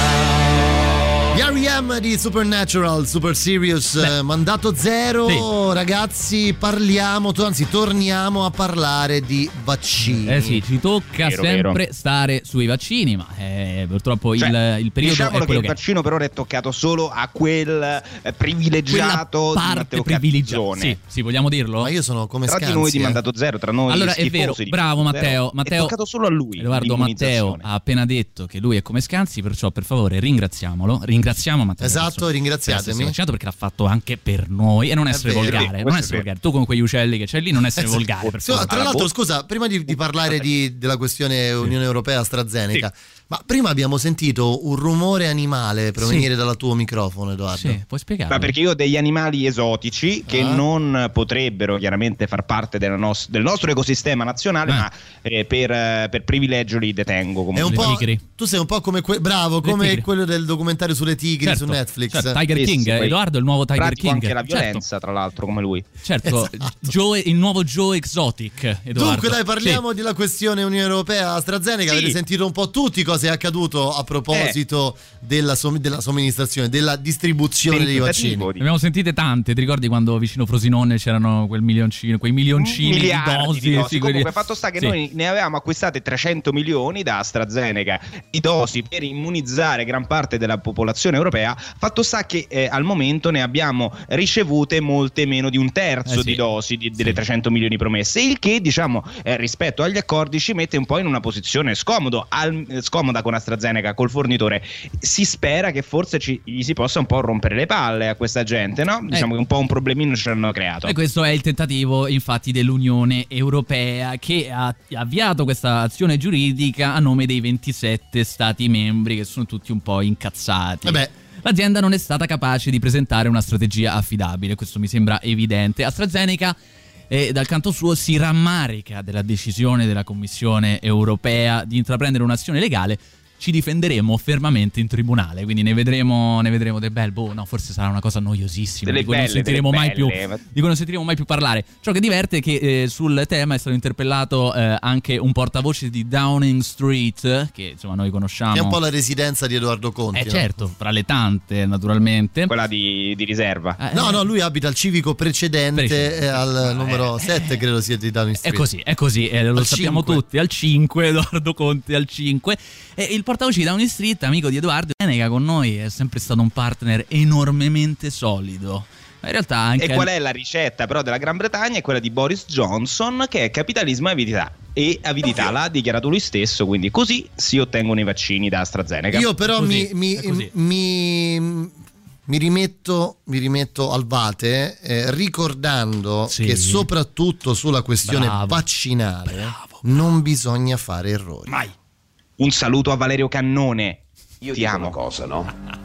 Wow. Gli R E M di Supernatural, Super Serious, eh, mandato zero. Sì. Ragazzi, parliamo, anzi torniamo a parlare di vaccini. Eh sì, ci tocca Vero, sempre vero. stare sui vaccini, ma eh, purtroppo Cioè, il, il periodo diciamolo è quello che che il vaccino per ora è toccato solo a quel eh, privilegiato quella di parte Matteo privilegiata. Cazzone. Sì, sì, vogliamo dirlo? Ma io sono come Tra Scanzi, di noi di eh. mandato zero, tra noi Allora è schifosi vero, di bravo Mandato Matteo, Zero, Matteo è toccato solo a lui. Edoardo Matteo l'immunizzazione. ha appena detto che lui è come Scanzi, perciò per favore ringraziamolo, ringraziamo Matteo. Esatto, adesso, per ringraziatemi. essersi vaccinato, perché l'ha fatto anche per noi e non È essere vero, volgare, questo non è essere vero. volgare. Tu con quegli uccelli che c'hai lì non essere Eh, volgare, per Sì, favore. tra l'altro, scusa, prima di, di parlare di, della questione Unione Europea AstraZeneca, ma prima abbiamo sentito un rumore animale provenire Sì. dal tuo microfono, Edoardo. Sì, puoi spiegare? Ma perché io ho degli animali esotici che Ah. non potrebbero chiaramente far parte della nos- del nostro ecosistema nazionale, Ah. ma eh, per, eh, per privilegio li detengo È comunque. un Le po', tigri. tu sei un po' come que- bravo, Le come tigri. quello del documentario sulle tigri Certo, su Netflix. certo, Tiger Sì, King, sì, poi Edoardo è il nuovo Tiger Pratico King. anche la Certo. violenza, tra l'altro, come lui. Certo, Esatto. Joe, il nuovo Joe Exotic, Edoardo. Dunque dai, parliamo Sì. della questione Unione Europea AstraZeneca. Sì. Avete sentito un po' tutti cosa è accaduto a proposito della, som- della somministrazione, della distribuzione Per dei il vaccini. tentativo Ne di- abbiamo sentite tante, ti ricordi quando vicino Frosinone c'erano quel milioncino, quei milioncini di miliardi dosi? di dosi. sì, quelli- Comunque, fatto sta che sì. noi ne avevamo acquistate trecento milioni da AstraZeneca di dosi per immunizzare gran parte della popolazione europea. Fatto sta che eh, al momento ne abbiamo ricevute molte meno di un terzo Eh sì. di dosi di- delle Sì. trecento milioni promesse, il che diciamo eh, rispetto agli accordi ci mette un po' in una posizione scomodo, al- eh, scomoda con AstraZeneca, col fornitore. Si spera che forse ci, gli si possa un po' rompere le palle a questa gente, no? Diciamo Eh. che un po' un problemino ci hanno creato. E questo è il tentativo infatti dell'Unione Europea, che ha avviato questa azione giuridica a nome dei ventisette stati membri, che sono tutti un po' incazzati. Vabbè. L'azienda non è stata capace di presentare una strategia affidabile, questo mi sembra evidente. AstraZeneca eh, dal canto suo si rammarica della decisione della Commissione Europea di intraprendere un'azione legale. Ci difenderemo fermamente in tribunale, quindi ne vedremo, ne vedremo del bel. Boh, no, forse sarà una cosa noiosissima, Delle di cui non belle, sentiremo delle mai più, belle. di cui non sentiremo mai più parlare. Ciò che diverte è che eh, sul tema è stato interpellato eh, anche un portavoce di Downing Street, che insomma noi conosciamo. Che è un po' la residenza di Edoardo Conti. Eh no? certo, fra le tante naturalmente. Quella di, di riserva. Eh, No, no, lui abita al civico precedente, Precedente. eh, al numero Eh, sette, credo sia di Downing È Street. così, è così, eh, lo Al sappiamo cinque. tutti, al cinque, Edoardo Conte al cinque. E il portavoce di Downing Street, amico di Edoardo, Seneca con noi è sempre stato un partner enormemente solido. Ma in realtà anche E qual è la ricetta però della Gran Bretagna? È quella di Boris Johnson, che è capitalismo e avidità. E avidità l'ha dichiarato lui stesso, quindi così si ottengono i vaccini da AstraZeneca. Io però Così, mi, è così. mi, mi, mi rimetto, mi rimetto al vate eh, ricordando Sì. che soprattutto sulla questione Bravo. vaccinale Bravo. non bisogna fare errori. Mai. Un saluto a Valerio Cannone. Io Ti dico amo. una cosa, no?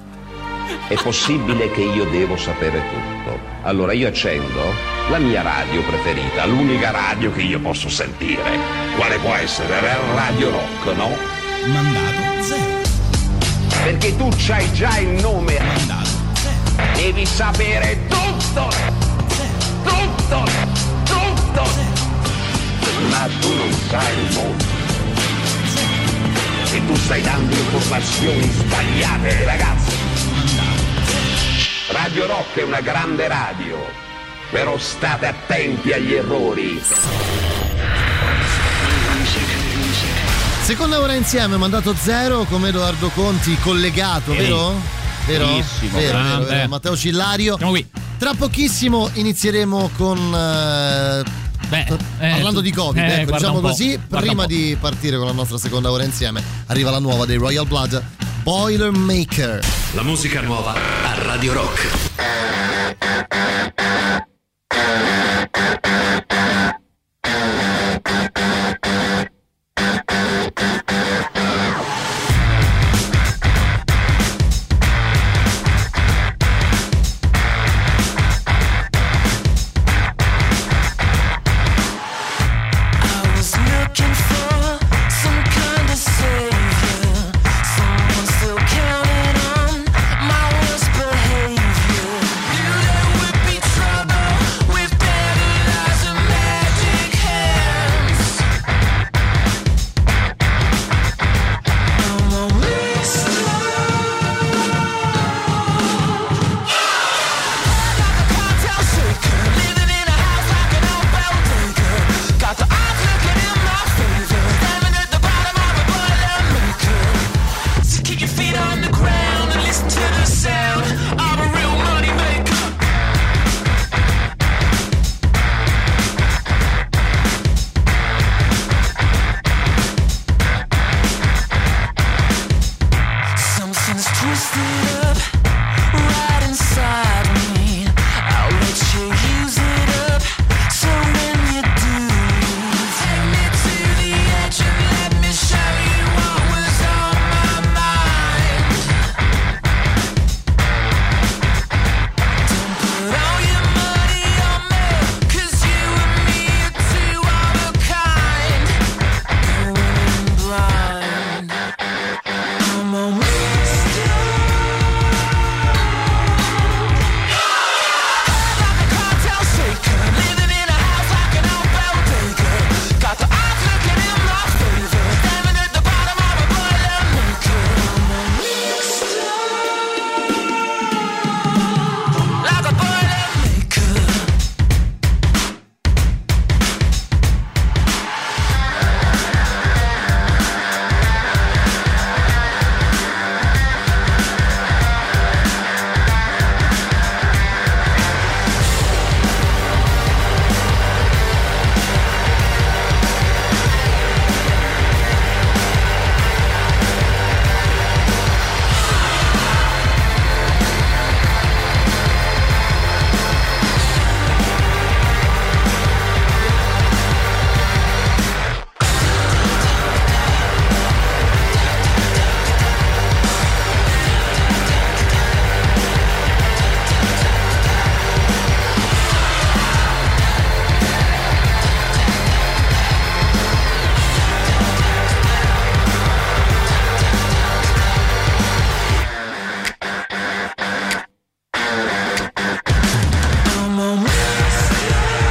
È possibile che io devo sapere tutto. Allora io accendo la mia radio preferita, l'unica radio che io posso sentire. Quale può essere? Radio Rock, no? Mandato zero. Perché tu c'hai già il nome. Mandato zero. Devi sapere tutto! Tutto! Tutto! Ma tu non sai molto. E tu stai dando informazioni sbagliate, ragazzi. Radio Rock è una grande radio, però state attenti agli errori. Seconda ora insieme, mandato zero con Edoardo Conti collegato, Ehi. vero? Vero? Bellissimo. Vero, Ah, vero, vero. beh. Matteo Cillario. Siamo qui. Tra pochissimo inizieremo con eh, Beh, eh, parlando di Covid, eh, ecco, guarda diciamo un po', così. guarda Prima un po'. di partire con la nostra seconda ora insieme, arriva la nuova dei Royal Blood, Boilermaker. La musica nuova a Radio Rock. I was looking for some kind of savior, someone still counting on my worst behavior. Knew there would be trouble with devil eyes and magic hands. I'm a mystery. Like a cartel shaker, living in a house like an old bell breaker. Got the odds looking in my favor, standing at the bottom of a boilermaker. So keep your feet on the ground and listen to the sound of a real money maker. Something's twisted up right inside me. I'll let you use it up. So when you do, take me to the edge and let me show you what was on my mind. Don't put all your money on me, 'cause you and me are two of a kind. Going in blind. I'm a mystery. Like a cartel shaker, living in a house like an old bell breaker. Got the odds looking in my favor, standing at the bottom of a boilermaker. I'm a mystery. Like a boilermaker. I'm a mystery.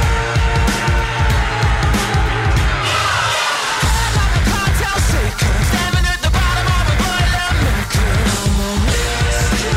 Like a cartel shaker, standing at the bottom of a boilermaker. I'm a mystery.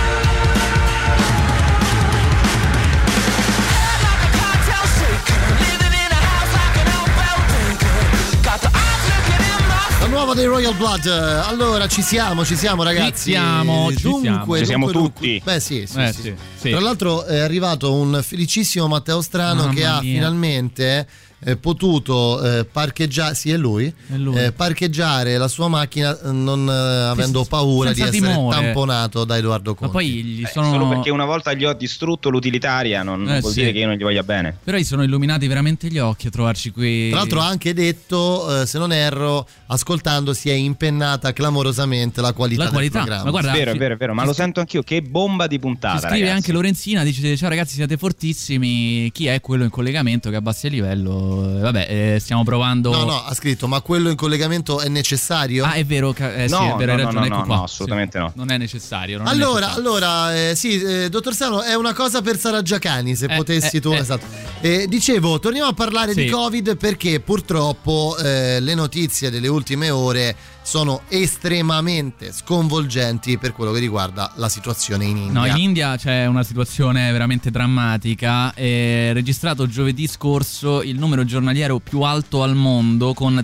Like a cartel shaker, living in a house like an old bell breaker. Got the odds looking in my La nuova dei Royal Blood. Allora, ci siamo, ci siamo ragazzi. Ci siamo, ci dunque, siamo. Ci siamo dunque, tutti. dunque. Beh sì, sì, Eh, sì. sì, sì. Tra l'altro è arrivato un felicissimo Matteo Strano Mamma che ha mia. finalmente eh, potuto eh, parcheggiare, sì è lui, È lui. eh, parcheggiare la sua macchina eh, non eh, avendo paura di senza essere timore. tamponato da Edoardo Conti. Ma poi gli Eh, sono. Solo perché una volta gli ho distrutto l'utilitaria non Eh, vuol sì. dire che io non gli voglia bene. Però gli sono illuminati veramente gli occhi a trovarci qui. Tra l'altro ha anche detto, eh, se non erro, ascoltando si è impennata clamorosamente la qualità, La qualità. del programma. Ma guarda, È vero, è fi- vero, è vero, ma lo sento anch'io, che bomba di Ci puntata, scrive ragazzi. anche Lorenzina, dice ciao ragazzi siete fortissimi, chi è quello in collegamento che abbassi il livello? Eh, Vabbè, eh, stiamo provando. No, no, ha scritto, ma quello in collegamento è necessario? Ah, è vero, ca- eh, sì, No, è vero, hai no, no, ragione, no, ecco no, qua. assolutamente Sì. no. Non è necessario. Non è Allora, necessario. allora eh, sì, eh, dottor Sano, è una cosa per Sara Giacani, se Eh, potessi eh, tu. eh. Esatto. Eh, dicevo, torniamo a parlare Sì. di Covid perché purtroppo eh, le notizie delle ultime ore sono estremamente sconvolgenti per quello che riguarda la situazione in India. No, in India c'è una situazione veramente drammatica. È registrato giovedì scorso il numero giornaliero più alto al mondo con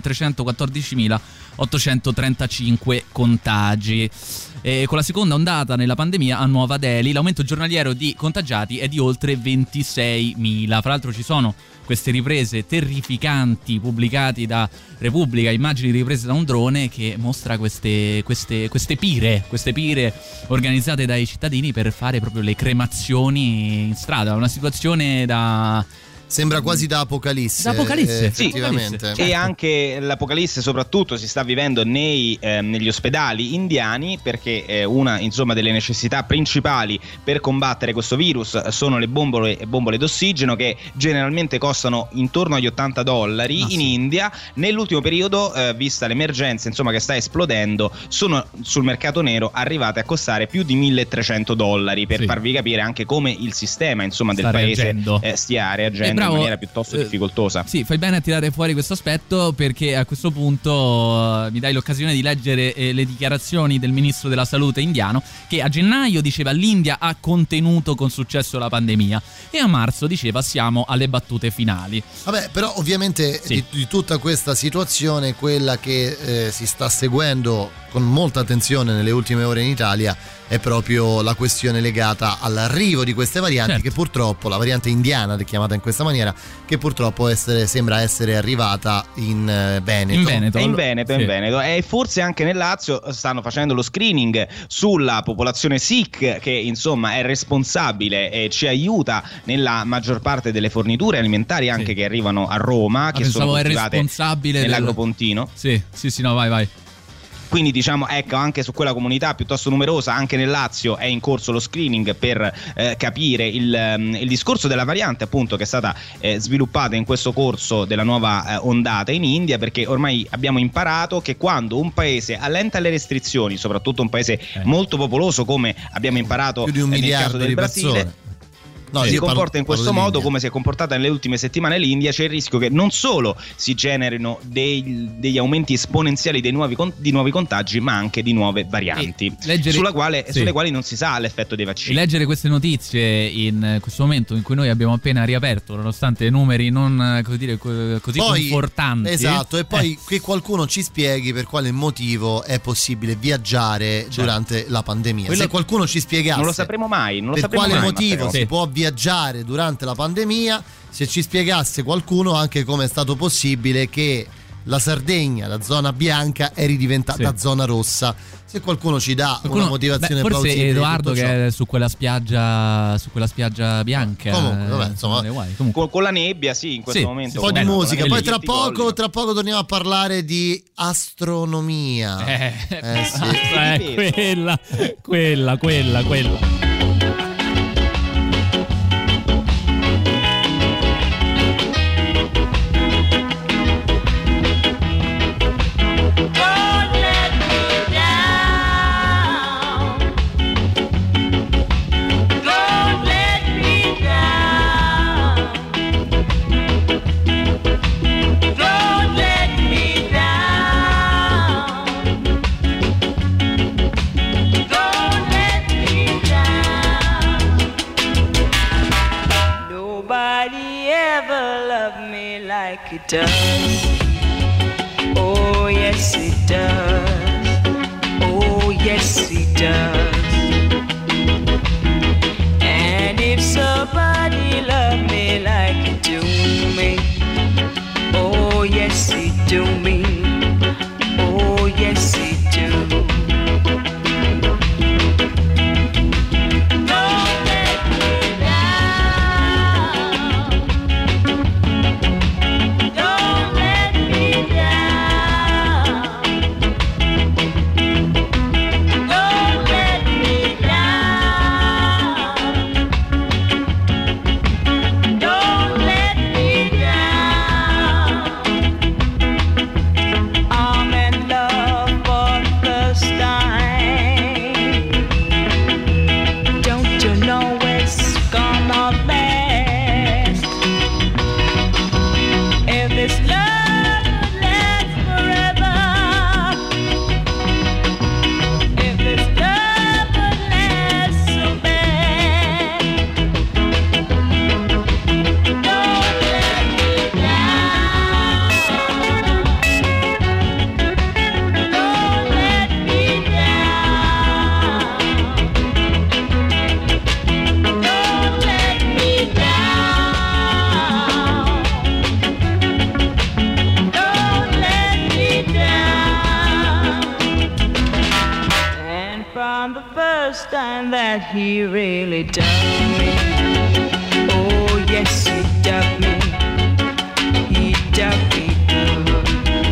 trecentoquattordicimilaottocentotrentacinque contagi. E con la seconda ondata nella pandemia a Nuova Delhi l'aumento giornaliero di contagiati è di oltre ventiseimila. Fra l'altro ci sono queste riprese terrificanti pubblicate da Repubblica, immagini riprese da un drone che mostra queste, queste, queste pire, queste pire organizzate dai cittadini per fare proprio le cremazioni in strada. Una situazione da... Sembra quasi da Apocalisse. Da Apocalisse, eh, effettivamente. Sì, e anche l'Apocalisse soprattutto si sta vivendo nei, eh, negli ospedali indiani, perché eh, una insomma delle necessità principali per combattere questo virus sono le bombole, bombole d'ossigeno, che generalmente costano intorno agli ottanta dollari. Ah, in sì. India nell'ultimo periodo, eh, vista l'emergenza insomma che sta esplodendo, sono sul mercato nero arrivate a costare più di milletrecento dollari, per sì. farvi capire anche come il sistema insomma del sta paese eh, stia reagendo. Bravo, in maniera piuttosto eh, difficoltosa. Sì, fai bene a tirare fuori questo aspetto, perché a questo punto uh, mi dai l'occasione di leggere eh, le dichiarazioni del ministro della salute indiano, che a gennaio diceva l'India ha contenuto con successo la pandemia, e a marzo diceva siamo alle battute finali. Vabbè, però ovviamente sì. di, di tutta questa situazione, quella che eh, si sta seguendo con molta attenzione nelle ultime ore in Italia è proprio la questione legata all'arrivo di queste varianti, certo. che purtroppo, la variante indiana chiamata in questa maniera, che purtroppo essere, sembra essere arrivata in uh, Veneto. In Veneto, in Veneto, sì. in Veneto. E forse anche nel Lazio stanno facendo lo screening sulla popolazione Sikh, che insomma è responsabile e ci aiuta nella maggior parte delle forniture alimentari anche sì. che arrivano a Roma, ah, che sono coltivate nell'Agropontino. Del... Sì, sì, sì, no, vai, vai. Quindi diciamo, ecco, anche su quella comunità piuttosto numerosa, anche nel Lazio è in corso lo screening per eh, capire il, um, il discorso della variante appunto che è stata eh, sviluppata in questo corso della nuova eh, ondata in India, perché ormai abbiamo imparato che quando un paese allenta le restrizioni, soprattutto un paese eh. molto popoloso come abbiamo imparato più di un nel miliardo caso del di Brasile, persone. No, si comporta parlo, in questo modo l'India. Come si è comportata nelle ultime settimane l'India, c'è il rischio che non solo si generino dei, degli aumenti esponenziali dei nuovi, di nuovi contagi, ma anche di nuove varianti leggere, sulla quale, sì. sulle quali non si sa l'effetto dei vaccini. E leggere queste notizie in questo momento in cui noi abbiamo appena riaperto, nonostante numeri non così, dire, così poi, confortanti, esatto, e poi eh. che qualcuno ci spieghi per quale motivo è possibile viaggiare certo. durante la pandemia. Quello, se qualcuno ci spiegasse, non lo sapremo mai, non lo per sapremo quale mai, motivo Matteo. si sì. può viaggiare durante la pandemia, se ci spiegasse qualcuno anche come è stato possibile che la Sardegna, da zona bianca, è ridiventata sì. zona rossa. Se qualcuno ci dà qualcuno, una motivazione beh, forse plausibile, Edoardo che è su quella spiaggia su quella spiaggia bianca, comunque, vabbè, insomma, comunque. Con, con la nebbia sì in questo sì, momento un po' di bello, musica, poi tra poco, colli. tra poco torniamo a parlare di astronomia. eh, eh sì. eh, quella quella quella quella It does. Oh yes it does. Oh yes it does. And if somebody loved me like you do me, oh yes it do me. Oh yes it do. understand that he really dug me. Oh yes, he dug me. He dug me good.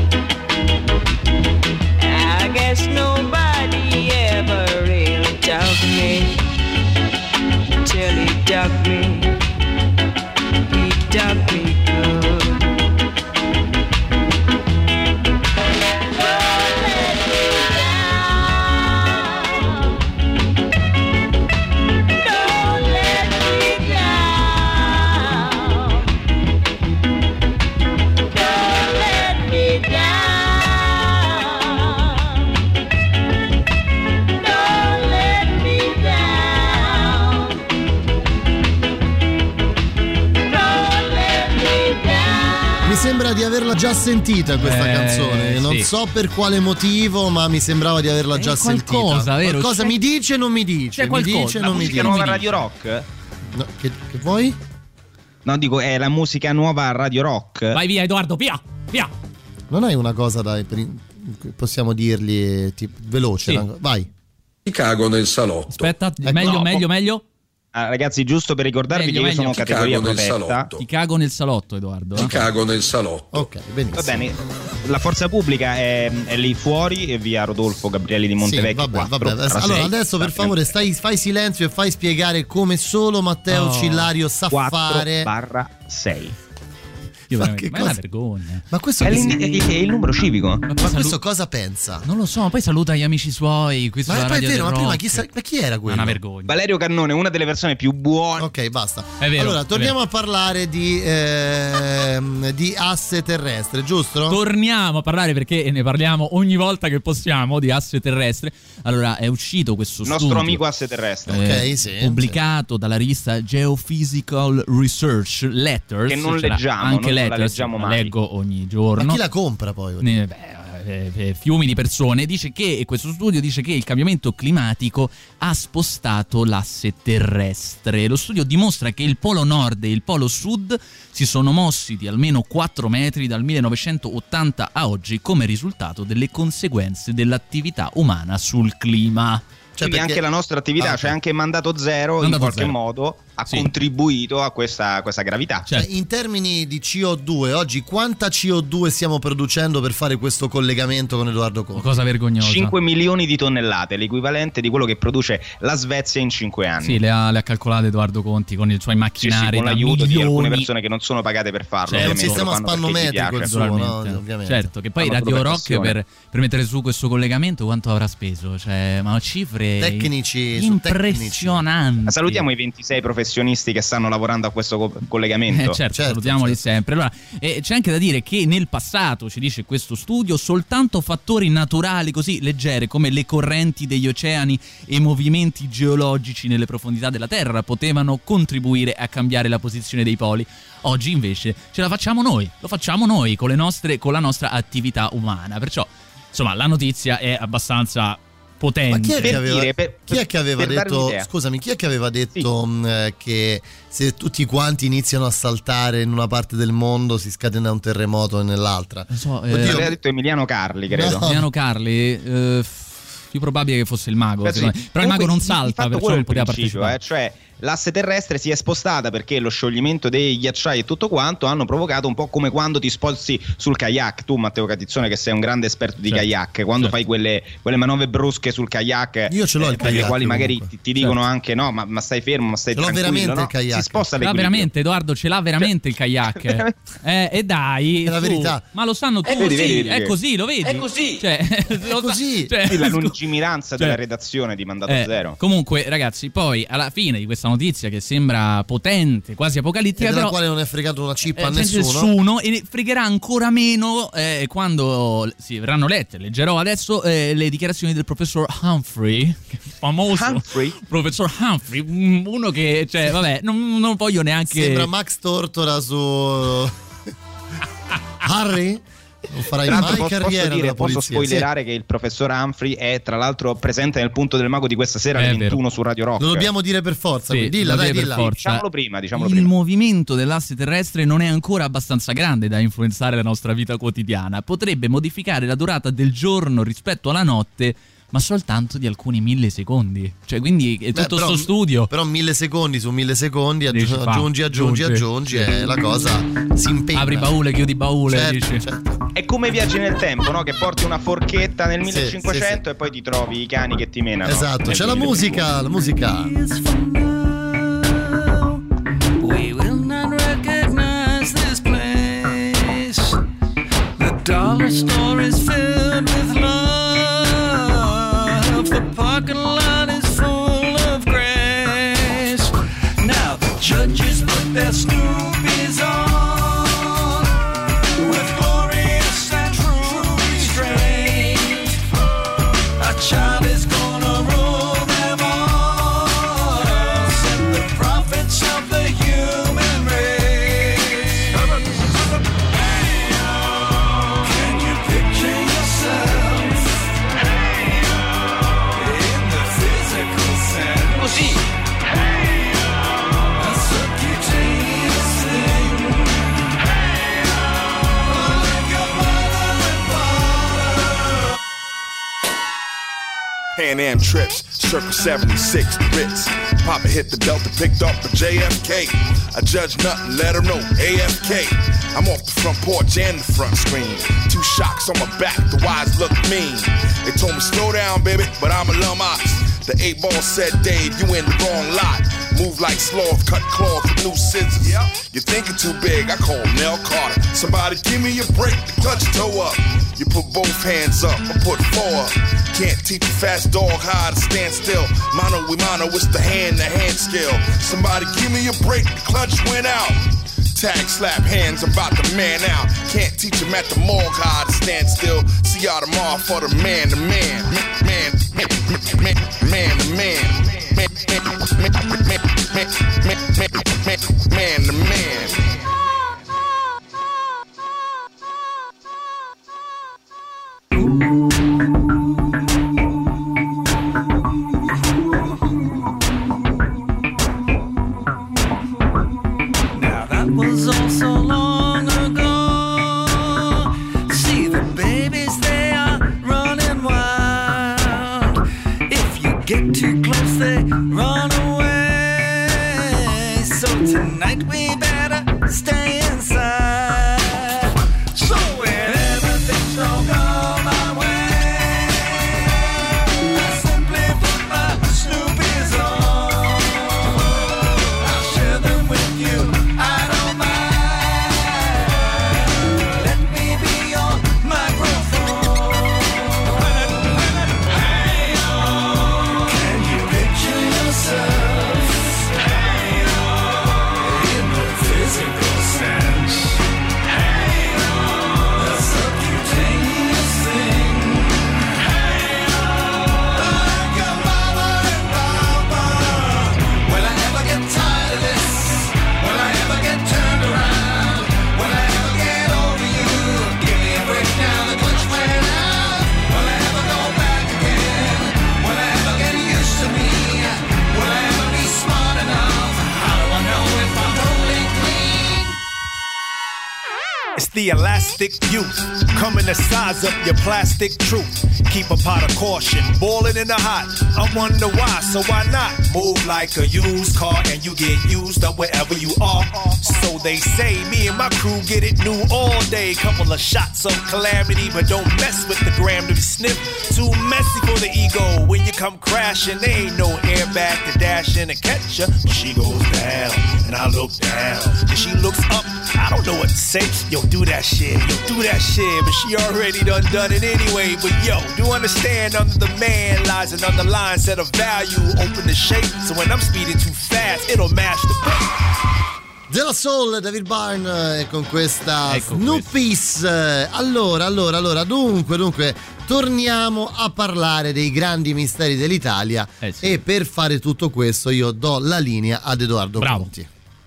I guess nobody ever really dug me till he dug me. He dug me good. Sembra di averla già sentita questa eh, canzone, non sì. so per quale motivo, ma mi sembrava di averla già qualcosa, sentita. Vero? Qualcosa c'è... mi dice, non mi dice, c'è mi qualcosa. dice, la non mi musica dice. nuova a Radio Rock? No, che, che vuoi? No, dico, è la musica nuova a Radio Rock. Vai via, Edoardo, via, via. Non hai una cosa da possiamo dirgli tipo, veloce, sì. una... vai. Ti cago nel salotto. Aspetta, Ecco, meglio, no, meglio, meglio. Ah, ragazzi, giusto per ricordarvi meglio, che io meglio. sono categoria protetta. Ti cago nel salotto, Edoardo. Ti cago nel salotto. Ok, benissimo. Va bene, la forza pubblica è, è lì fuori e via Rodolfo Gabrielli di Montevecchio. Sì, vabbè, quattro, vabbè. Allora, adesso per favore stai, fai silenzio e fai spiegare come solo Matteo Oh, Cillario sa fare. barra sei. Io Ma veramente, che ma è una cosa- vergogna. Ma questo È, che l'in- è il numero civico. Ma, Ma poi questo salu- cosa pensa? non lo so, ma poi saluta gli amici suoi qui Ma sulla è poi radio vero, del ma prima rock. chi, sa- ma chi era Ma è quello? una vergogna. Valerio Cannone, una delle persone più buone. Ok, basta. È vero, allora, è torniamo vero. a parlare di, ehm, di asse terrestre, giusto? Torniamo a parlare, perché ne parliamo ogni volta che possiamo, di asse terrestre. Allora, è uscito questo Il nostro studio, amico asse terrestre. eh, Ok, sì, pubblicato dalla rivista Geophysical Research Letters, Che non c'era leggiamo, anche noi non la Letters, leggiamo la mai. leggo ogni Ma giorno. chi la compra poi? Ne- beh, eh, eh, fiumi di persone. Dice che, e questo studio dice che il cambiamento climatico ha spostato l'asse terrestre. Lo studio dimostra che il polo nord e il polo sud si sono mossi di almeno quattro metri dal millenovecentottanta a oggi come risultato delle conseguenze dell'attività umana sul clima. Cioè, Quindi perché- anche la nostra attività, Ah, cioè ok. anche Mandato Zero, Mandato in qualche Zero. modo ha Sì. contribuito a questa, questa gravità. Cioè, Cioè, in termini di C O due, oggi quanta C O due stiamo producendo per fare questo collegamento con Edoardo Conti? cosa vergognosa. cinque milioni di tonnellate, l'equivalente di quello che produce la Svezia in cinque anni. Sì, le ha, le ha calcolate Edoardo Conti con i suoi Sì, sì, macchinari con da l'aiuto di alcune milioni. persone che non sono pagate per farlo. Certo. È un ovviamente, sistema lo fanno perché gli spannometrico il piace. suo, no? Naturalmente. Ovviamente. Certo, che poi Fanno Radio solo per Rock passione. per, per mettere su questo collegamento quanto avrà speso? Cioè, ma cifre Tecnici, su impressionanti. Salutiamo i ventisei professionisti che stanno lavorando a questo co- collegamento. Eh, certo, Certo, salutiamoli certo. sempre. Allora, eh, c'è anche da dire che nel passato, ci dice questo studio, soltanto fattori naturali così leggeri come le correnti degli oceani e i movimenti geologici nelle profondità della Terra potevano contribuire a cambiare la posizione dei poli. Oggi invece ce la facciamo noi, lo facciamo noi con le nostre, con la nostra attività umana. Perciò, insomma, la notizia è abbastanza potente. Ma chi è che Per aveva, dire, per- chi è che aveva per dare detto, un'idea. scusami, chi è che aveva detto mh, eh, che se tutti quanti iniziano a saltare in una parte del mondo si scatena un terremoto nell'altra? Non so, eh, Oddio, L'aveva detto Emiliano Carli, credo. No. Emiliano Carli, eh, più probabile che fosse il mago, Beh, sì. secondo me. Però il mago Comunque, non di- di salta, fatto perciò quello è non il poteva principio, partecipare. eh, cioè l'asse terrestre si è spostata perché lo scioglimento dei ghiacciai e tutto quanto hanno provocato un po' come quando ti sposti sul kayak. Tu, Matteo Catizzone, che sei un grande esperto di Certo, kayak, quando certo. fai quelle, quelle manovre brusche sul kayak, Io ce l'ho il per le kayak, quali magari comunque. ti, ti dicono Certo. anche no, ma, ma stai fermo, ma stai Ce l'ho tranquillo, veramente no? il kayak. Si sposta Ce l'ha l'equilibrio. veramente, Edoardo, ce l'ha veramente il kayak. veramente. Eh, e dai, È la su. verità. Ma lo sanno tutti, così, vedi, vedi è che- così, lo vedi? È così. Cioè, lo sa- così. cioè, Qui la lungimiranza Cioè, della redazione di Mandato Eh, Zero. comunque, ragazzi, poi alla fine di questa notizia che sembra potente, quasi e apocalittica, della però quale non è fregato una cippa eh, a c'è nessuno. e ne fregherà ancora meno eh, quando si verranno lette. Leggerò adesso eh, le dichiarazioni del professor Humphrey, che è famoso Humphrey? professor Humphrey, mm, uno che, cioè, vabbè, non, non voglio neanche. Sembra Max Tortora su Harry. Non farai Tra l'altro mai posso, carriera posso, dire, nella posso polizia. spoilerare che il professor Humphrey è tra l'altro presente nel punto del mago di questa sera alle È vero. ventuno su Radio Rock. Lo dobbiamo dire per forza. Sì, quindi dilla, lo dai, deve per dilla. forza. Diciamolo prima, diciamolo Il prima. movimento dell'asse terrestre non è ancora abbastanza grande da influenzare la nostra vita quotidiana. Potrebbe modificare la durata del giorno rispetto alla notte ma soltanto di alcuni millisecondi. Cioè, quindi è tutto Beh, però, sto studio. Però mille secondi su mille secondi, aggi- Dici, fa, aggiungi, aggiungi, aggiungi, aggiungi. e la cosa si impenna. Apri baule, chiudi baule. Certo, dici. certo. È come viaggi nel tempo, no? Che porti una forchetta nel millecinquecento sì, sì. e poi ti trovi i cani che ti menano. Esatto, c'è la musica, la musica. We will not recognize this place. The dollar store is filled with love. The parking lot is full of grace. Now the judges put their Snoopies on with glorious and true restraint. A child is gonna rule them all. Send the prophets of the human race. Can you picture yourself in the physical sense? Così. A subcutaneous thing. Like a mother and father. Pan Am trips, circa seventy-six, the Ritz. Papa hit the Delta, picked up a J F K. I judge nothing, let her know, A F K. I'm off the front porch and the front screen. Two shocks on my back, the wise look mean. They told me slow down, baby, but I'm a lum ox. The eight ball said, Dave, you in the wrong lot. Move like sloth, cut cloth with new scissors. You're thinking too big, I call Nell Carter. Somebody give me a break, the clutch toe up. You put both hands up, I put four up. Can't teach a fast dog how to stand still. Mano we mano, it's the hand-to-hand skill. Somebody give me a break, the clutch went out. Tag slap hands, I'm about to man out. Can't teach him at the morgue how to stand still. See y'all tomorrow for the man to man. Man, man, man, man to man. Man, man, man, man, man, man, man to man. Was all so long ago. See the babies, they are running wild. If you get too close, they run away. So tonight we better stay inside. So whenever things don't go my way, I simply put my Snoopies on. I'll share them with you. The elastic youth, coming to size up your plastic truth. Keep a pot of caution, boiling in the hot. I wonder why, so why not? Move like a used car and you get used up wherever you are. So they say, me and my crew get it new all day. Couple of shots of calamity, but don't mess with the gram to be sniffed. Too messy for the ego. When you come crashing, there ain't no airbag to dash in and catch ya. She goes down, and I look down. And she looks up, I don't know what to say. Yo, do that shit, yo, do that shit. But she already done done it anyway. But yo, do understand under the man lies an underlying set of value. Open the shape, so when I'm speeding too fast, it'll mash the pace. Della Soul, David Byrne, e con questa ecco Snoopies. Allora, allora, allora, dunque, dunque, torniamo a parlare dei grandi misteri dell'Italia. Eh sì. E per fare tutto questo io do la linea ad Edoardo Bravo. Conti.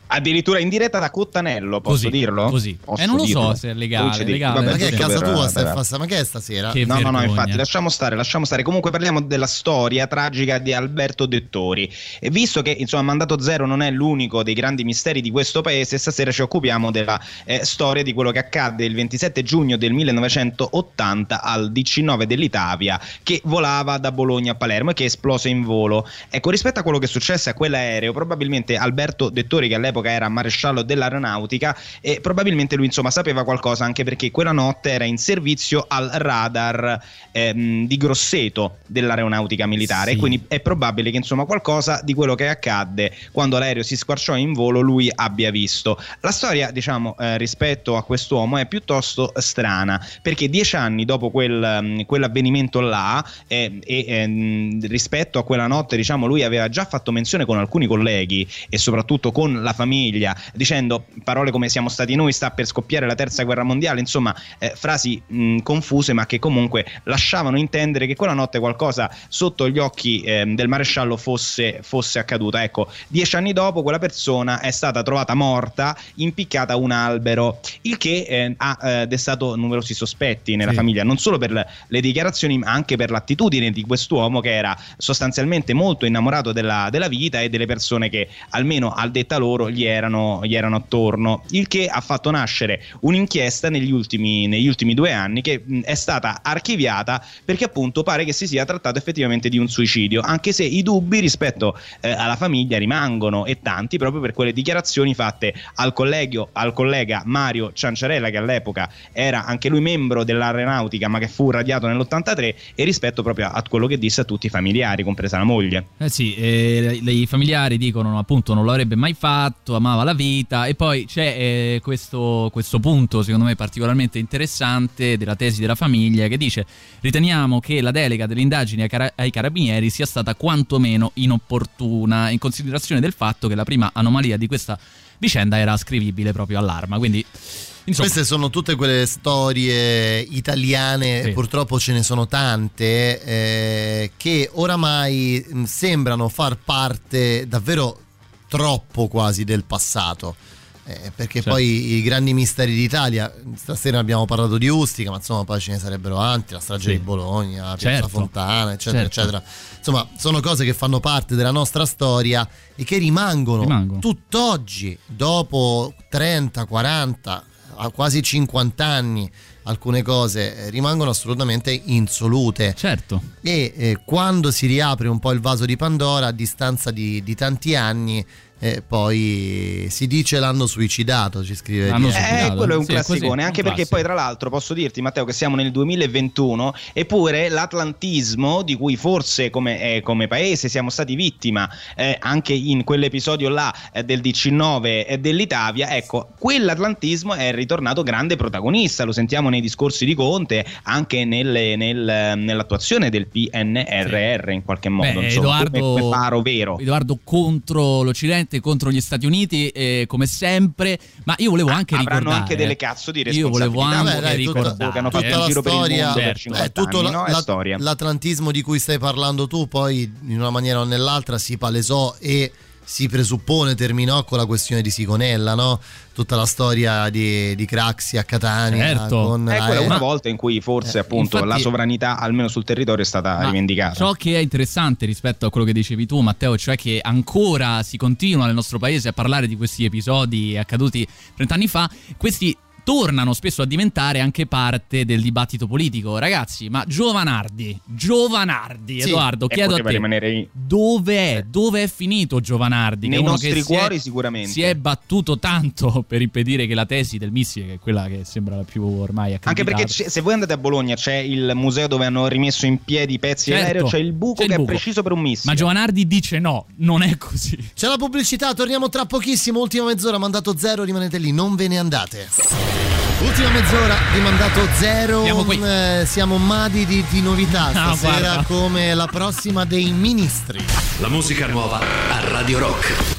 Addirittura in diretta da Cottanello, posso così, dirlo? Così. Posso E eh, non lo dirlo. so se è legale. Di... legale Vabbè, ma che è casa per, tua, per... Stefassa? Ma che è stasera? Che no, vergogna. no, no, infatti, lasciamo stare, lasciamo stare. Comunque parliamo della storia tragica di Alberto Dettori. E visto che, insomma, Mandato Zero non è l'unico dei grandi misteri di questo paese, stasera ci occupiamo della eh, storia di quello che accadde il ventisette giugno del millenovecentottanta al D C nove dell'Italia, che volava da Bologna a Palermo e che esplose in volo. Ecco, rispetto a quello che successe a quell'aereo, probabilmente Alberto Dettori, che all'epoca era maresciallo dell'aeronautica, e probabilmente lui insomma sapeva qualcosa, anche perché quella notte era in servizio al radar ehm, di Grosseto dell'aeronautica militare, sì. E quindi è probabile che insomma qualcosa di quello che accadde quando l'aereo si squarciò in volo lui abbia visto. La storia, diciamo, eh, rispetto a quest'uomo è piuttosto strana, perché dieci anni dopo quel, quell'avvenimento là eh, e eh, rispetto a quella notte, diciamo, lui aveva già fatto menzione con alcuni colleghi e soprattutto con la famiglia, dicendo parole come siamo stati noi, sta per scoppiare la terza guerra mondiale, insomma eh, frasi mh, confuse, ma che comunque lasciavano intendere che quella notte qualcosa sotto gli occhi eh, del maresciallo fosse, fosse accaduta. Ecco, dieci anni dopo quella persona è stata trovata morta impiccata a un albero, il che eh, ha eh, destato numerosi sospetti nella sì. famiglia, non solo per le dichiarazioni ma anche per l'attitudine di quest'uomo, che era sostanzialmente molto innamorato della, della vita e delle persone che almeno al detta loro gli erano, gli erano attorno, il che ha fatto nascere un'inchiesta negli ultimi, negli ultimi due anni che mh, è stata archiviata perché appunto pare che si sia trattato effettivamente di un suicidio, anche se i dubbi rispetto eh, alla famiglia rimangono, e tanti, proprio per quelle dichiarazioni fatte al collegio, al collega Mario Cianciarella, che all'epoca era anche lui membro dell'aeronautica ma che fu radiato nell'ottantatré, e rispetto proprio a quello che disse a tutti i familiari, compresa la moglie. Eh sì, eh, i familiari dicono appunto non lo avrebbe mai fatto, amava la vita. E poi c'è eh, questo, questo punto secondo me particolarmente interessante della tesi della famiglia, che dice: riteniamo che la delega delle indagini ai, car- ai carabinieri sia stata quantomeno inopportuna, in considerazione del fatto che la prima anomalia di questa vicenda era ascrivibile proprio all'arma. Quindi insomma, queste sono tutte quelle storie italiane, sì. Purtroppo ce ne sono tante eh, che oramai mh, sembrano far parte davvero troppo quasi del passato, eh, perché certo. Poi i grandi misteri d'Italia, stasera abbiamo parlato di Ustica, ma insomma poi ce ne sarebbero altri, la strage sì. di Bologna, Piazza certo. Fontana, eccetera, certo. eccetera. Insomma, sono cose che fanno parte della nostra storia e che rimangono, rimangono. tutt'oggi, dopo trenta, quaranta, quasi cinquanta anni, alcune cose rimangono assolutamente insolute. Certo. E eh, quando si riapre un po' il vaso di Pandora, a distanza di, di tanti anni, eh, poi si dice l'hanno suicidato, ci scrive. L'hanno suicidato. Eh, quello è un sì, classicone, anche perché classico. Poi tra l'altro posso dirti, Matteo, che siamo nel duemilaventuno, eppure l'atlantismo di cui forse come, eh, come paese siamo stati vittima eh, anche in quell'episodio là eh, del diciannove e dell'Italia, ecco, quell'atlantismo è ritornato grande protagonista, lo sentiamo nei discorsi di Conte, anche nelle, nel, nell'attuazione del P N R R in qualche modo. Beh, insomma, Edoardo, come, come faro vero. Edoardo contro l'Occidente, contro gli Stati Uniti, eh, come sempre, ma io volevo anche ah, ricordare, avranno anche delle cazzo di responsabilità. Io volevo anche Vabbè, dai, ricordare tutta, tutta la storia, eh, tutto anni, la, no? la, storia. l'atlantismo di cui stai parlando tu poi in una maniera o nell'altra si palesò e si presuppone terminò con la questione di Sigonella, no? Tutta la storia di, di Craxi a Catania, certo. con è la quella E- una volta in cui forse Eh, appunto infatti- la sovranità almeno sul territorio è stata rivendicata. Ciò che è interessante rispetto a quello che dicevi tu, Matteo, cioè che ancora si continua nel nostro paese a parlare di questi episodi accaduti trent'anni fa, questi tornano spesso a diventare anche parte del dibattito politico. Ragazzi, ma Giovanardi, Giovanardi, Sì, Edoardo, e chiedo a poteva te, rimanere lì. dove è, dove è finito Giovanardi? Nei che è uno nostri che si cuori è, sicuramente. si è battuto tanto per impedire che la tesi del missile, che è quella che sembra la più ormai accreditata. Anche perché c'è- se voi andate a Bologna c'è il museo dove hanno rimesso in piedi i pezzi Certo, dell'aereo, c'è il buco c'è il che buco. è preciso per un missile. Ma Giovanardi dice no, non è così. C'è la pubblicità, torniamo tra pochissimo, ultima mezz'ora, Mandato Zero, rimanete lì, non ve ne andate. Ultima mezz'ora di Mandato Zero. Siamo qui. Eh, siamo madi di, di novità No, stasera, guarda. come la prossima dei Ministri. La musica nuova a Radio Rock.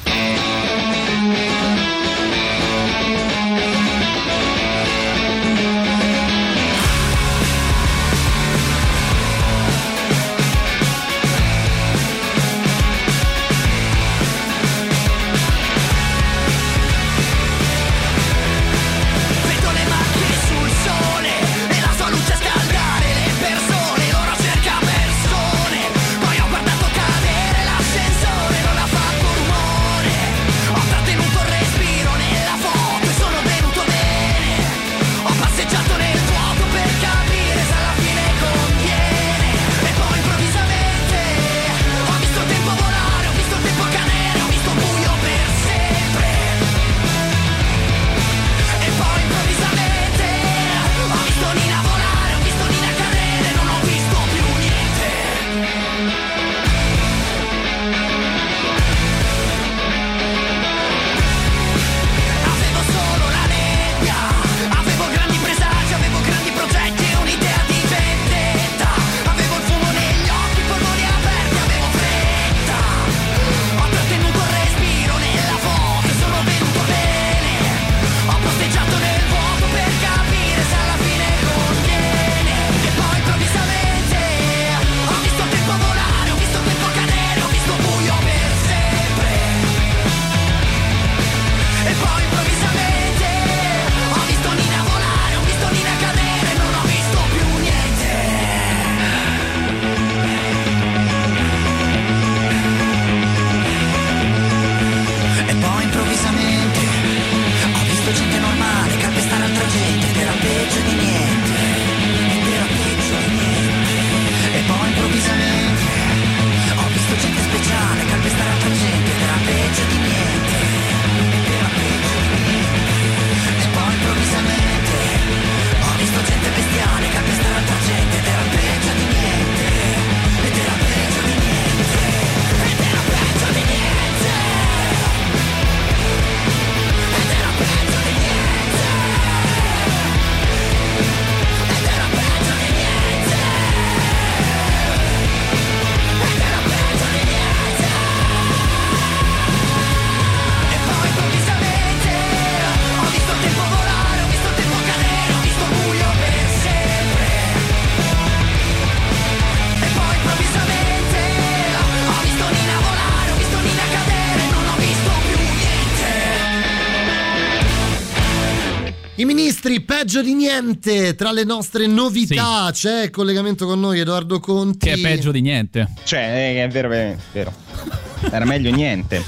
Ministri, peggio di niente. Tra le nostre novità sì. c'è collegamento con noi Edoardo Conti. Che è peggio di niente. Cioè, è vero, è vero. Era meglio niente.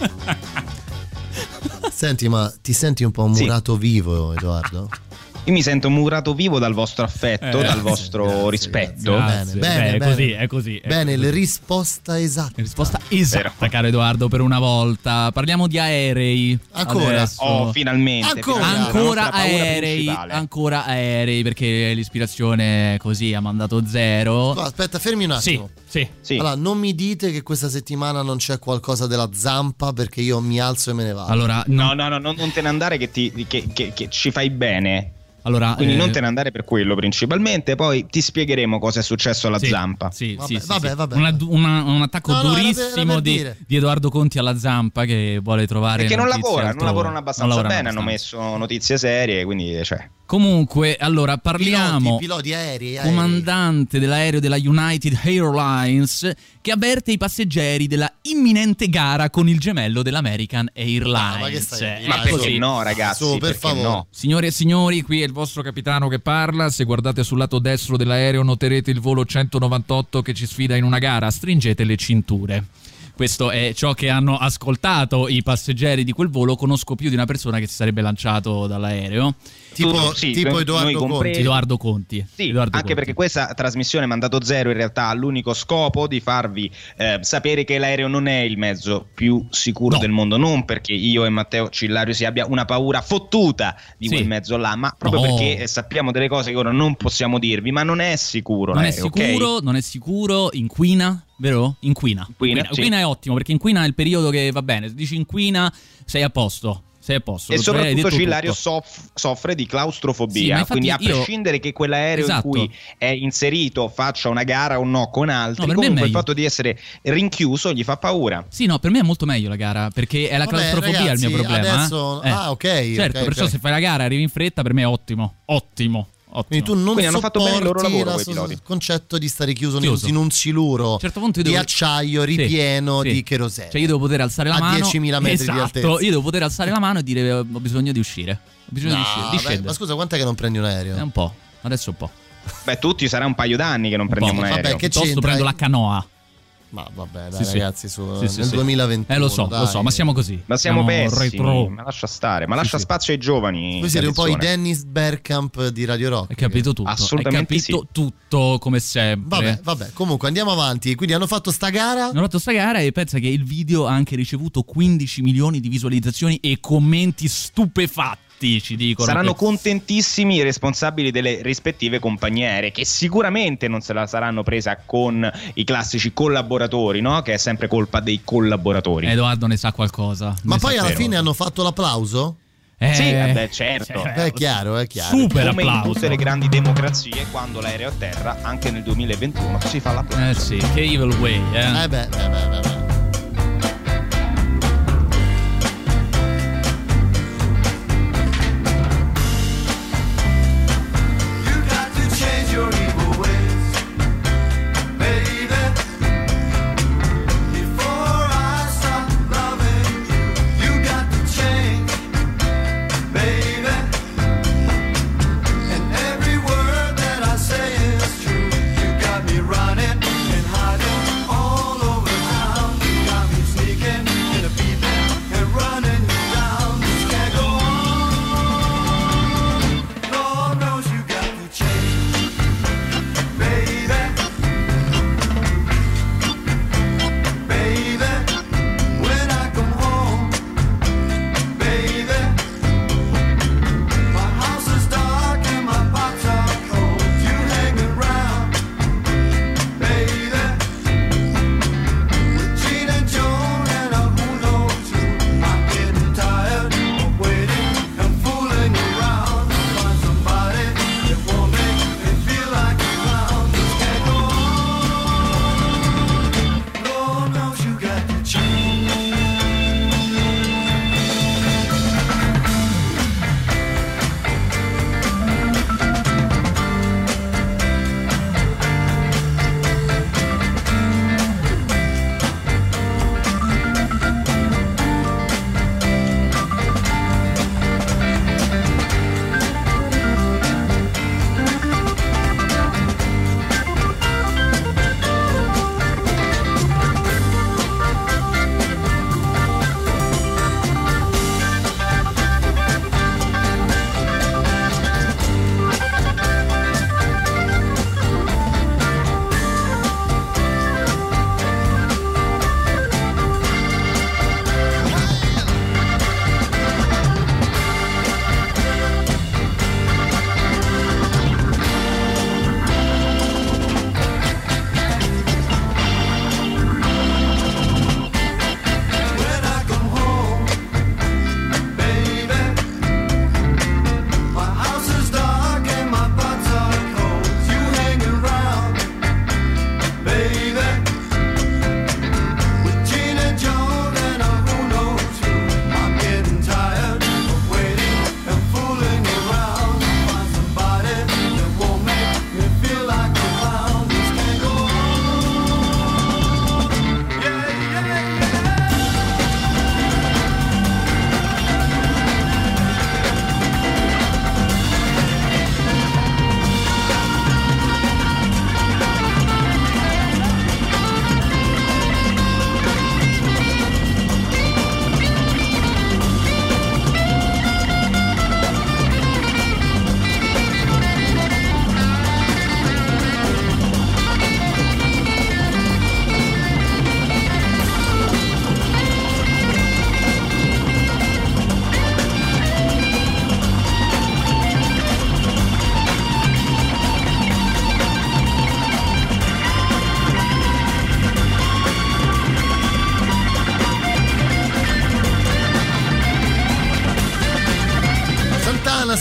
Senti, ma ti senti un po' murato sì. vivo, Edoardo? Io mi sento murato vivo dal vostro affetto, eh, dal vostro grazie, rispetto. Grazie. Bene, bene, Beh, bene. È così, è così. È bene, così. la risposta esatta. La risposta esatta, caro Edoardo, per una volta. Parliamo di aerei. Ancora? Adesso. Oh, finalmente. Ancora, finalmente. Ancora aerei, ancora aerei, perché l'ispirazione così ha mandato zero. No, aspetta, fermi un attimo. Sì, sì, sì. Allora, non mi dite che questa settimana non c'è qualcosa della zampa, perché io mi alzo e me ne vado. Allora, no, no, no, no non te ne andare che, ti, che, che, che ci fai bene. Allora, Quindi eh... non te ne andare per quello principalmente, poi ti spiegheremo cosa è successo alla sì, zampa. Sì, vabbè, sì, sì, vabbè, sì. vabbè. Una, una, un attacco no, no, durissimo per, per di, di Edoardo Conti alla zampa, che vuole trovare perché non lavora, altrove. non lavorano abbastanza non lavorano bene, abbastanza. hanno messo notizie serie, quindi cioè. Comunque, allora parliamo piloti, piloti aerei, aerei. comandante dell'aereo della United Airlines che avverte i passeggeri della imminente gara con il gemello dell'American Airlines. Ah, ma che stai, ma perché no, ragazzi? Su, per favore. No? Signore e signori, qui è il vostro capitano che parla. Se guardate sul lato destro dell'aereo noterete il volo centonovantotto che ci sfida in una gara. Stringete le cinture. Questo è ciò che hanno ascoltato i passeggeri di quel volo. Conosco più di una persona che si sarebbe lanciato dall'aereo. Tipo, sì, tipo Edoardo Conti. Edoardo Conti. Sì, Edoardo anche Conti. perché questa trasmissione Mandato Zero in realtà ha l'unico scopo di farvi eh, sapere che l'aereo non è il mezzo più sicuro no. del mondo. Non perché io e Matteo Cillario si abbia una paura fottuta di sì. quel mezzo là, ma proprio no. perché sappiamo delle cose che ora non possiamo dirvi. Ma non è sicuro Non l'aereo, è sicuro, okay? non è sicuro, inquina, vero? Inquina. Inquina, inquina. sì. Inquina è ottimo, perché inquina è il periodo che va bene. Se dici inquina sei a posto. Sei a posto. E Lo soprattutto Cillario tutto. soff- soffre di Sì, claustrofobia, ma quindi a infatti io- prescindere che quell'aereo Esatto. in cui è inserito faccia una gara o no con altri, No, per me è comunque il meglio. fatto di essere rinchiuso gli fa paura. Sì, no, per me è molto meglio la gara, perché è la Vabbè, claustrofobia ragazzi, il mio problema. adesso- eh. ah, ok, Certo, ok, perciò ok. se fai la gara e arrivi in fretta, per me è ottimo. Ottimo. Ottimo. Quindi tu non Quindi hanno fatto bene il loro sopporti lavoro, la- quei piloti. il concetto di stare chiuso Chiuso. in un siluro A un certo punto io di devo- acciaio Sì, ripieno sì. di cherosene. Cioè io devo poter alzare la A mano. diecimila metri di esatto, altezza. io devo poter alzare la mano e dire ho bisogno di uscire. Ho bisogno No, di uscire, di beh, scendere. ma scusa, quant'è che non prendi un aereo? È un po', adesso un po'. Beh, tutti sarà un paio d'anni che non prendiamo un Vabbè, aereo. che Piuttosto c'entra? prendo la canoa. Ma vabbè, dai, Sì, sì. ragazzi, su, Sì, sì, nel sì. duemilaventuno. Eh lo so, dai. lo so, ma siamo così. Ma siamo, pessimi, retro. ma lascia stare, ma Sì, lascia sì. spazio ai giovani. Voi siete un po' i Capezzone. Dennis Bergkamp di Radio Rock. Hai capito tutto. Assolutamente Hai capito sì. tutto come sempre. Vabbè, vabbè, comunque andiamo avanti. Quindi hanno fatto sta gara. Hanno fatto sta gara e pensa che il video ha anche ricevuto quindici milioni di visualizzazioni e commenti stupefatti, ci dicono. Saranno Que- contentissimi i responsabili delle rispettive compagnie aeree, che sicuramente non se la saranno presa con i classici collaboratori, no? Che è sempre colpa dei collaboratori. Edoardo ne sa qualcosa. Ma ne poi sa alla vero. fine hanno fatto l'applauso? Eh, Sì, vabbè, certo. cioè, Beh, è chiaro, è chiaro. Super Come in applauso. tutte le grandi democrazie, quando l'aereo atterra, anche nel duemilaventuno, si fa l'applauso. Eh sì, che evil way, eh. Eh beh, beh, beh, beh, beh. Running and hiding all over town.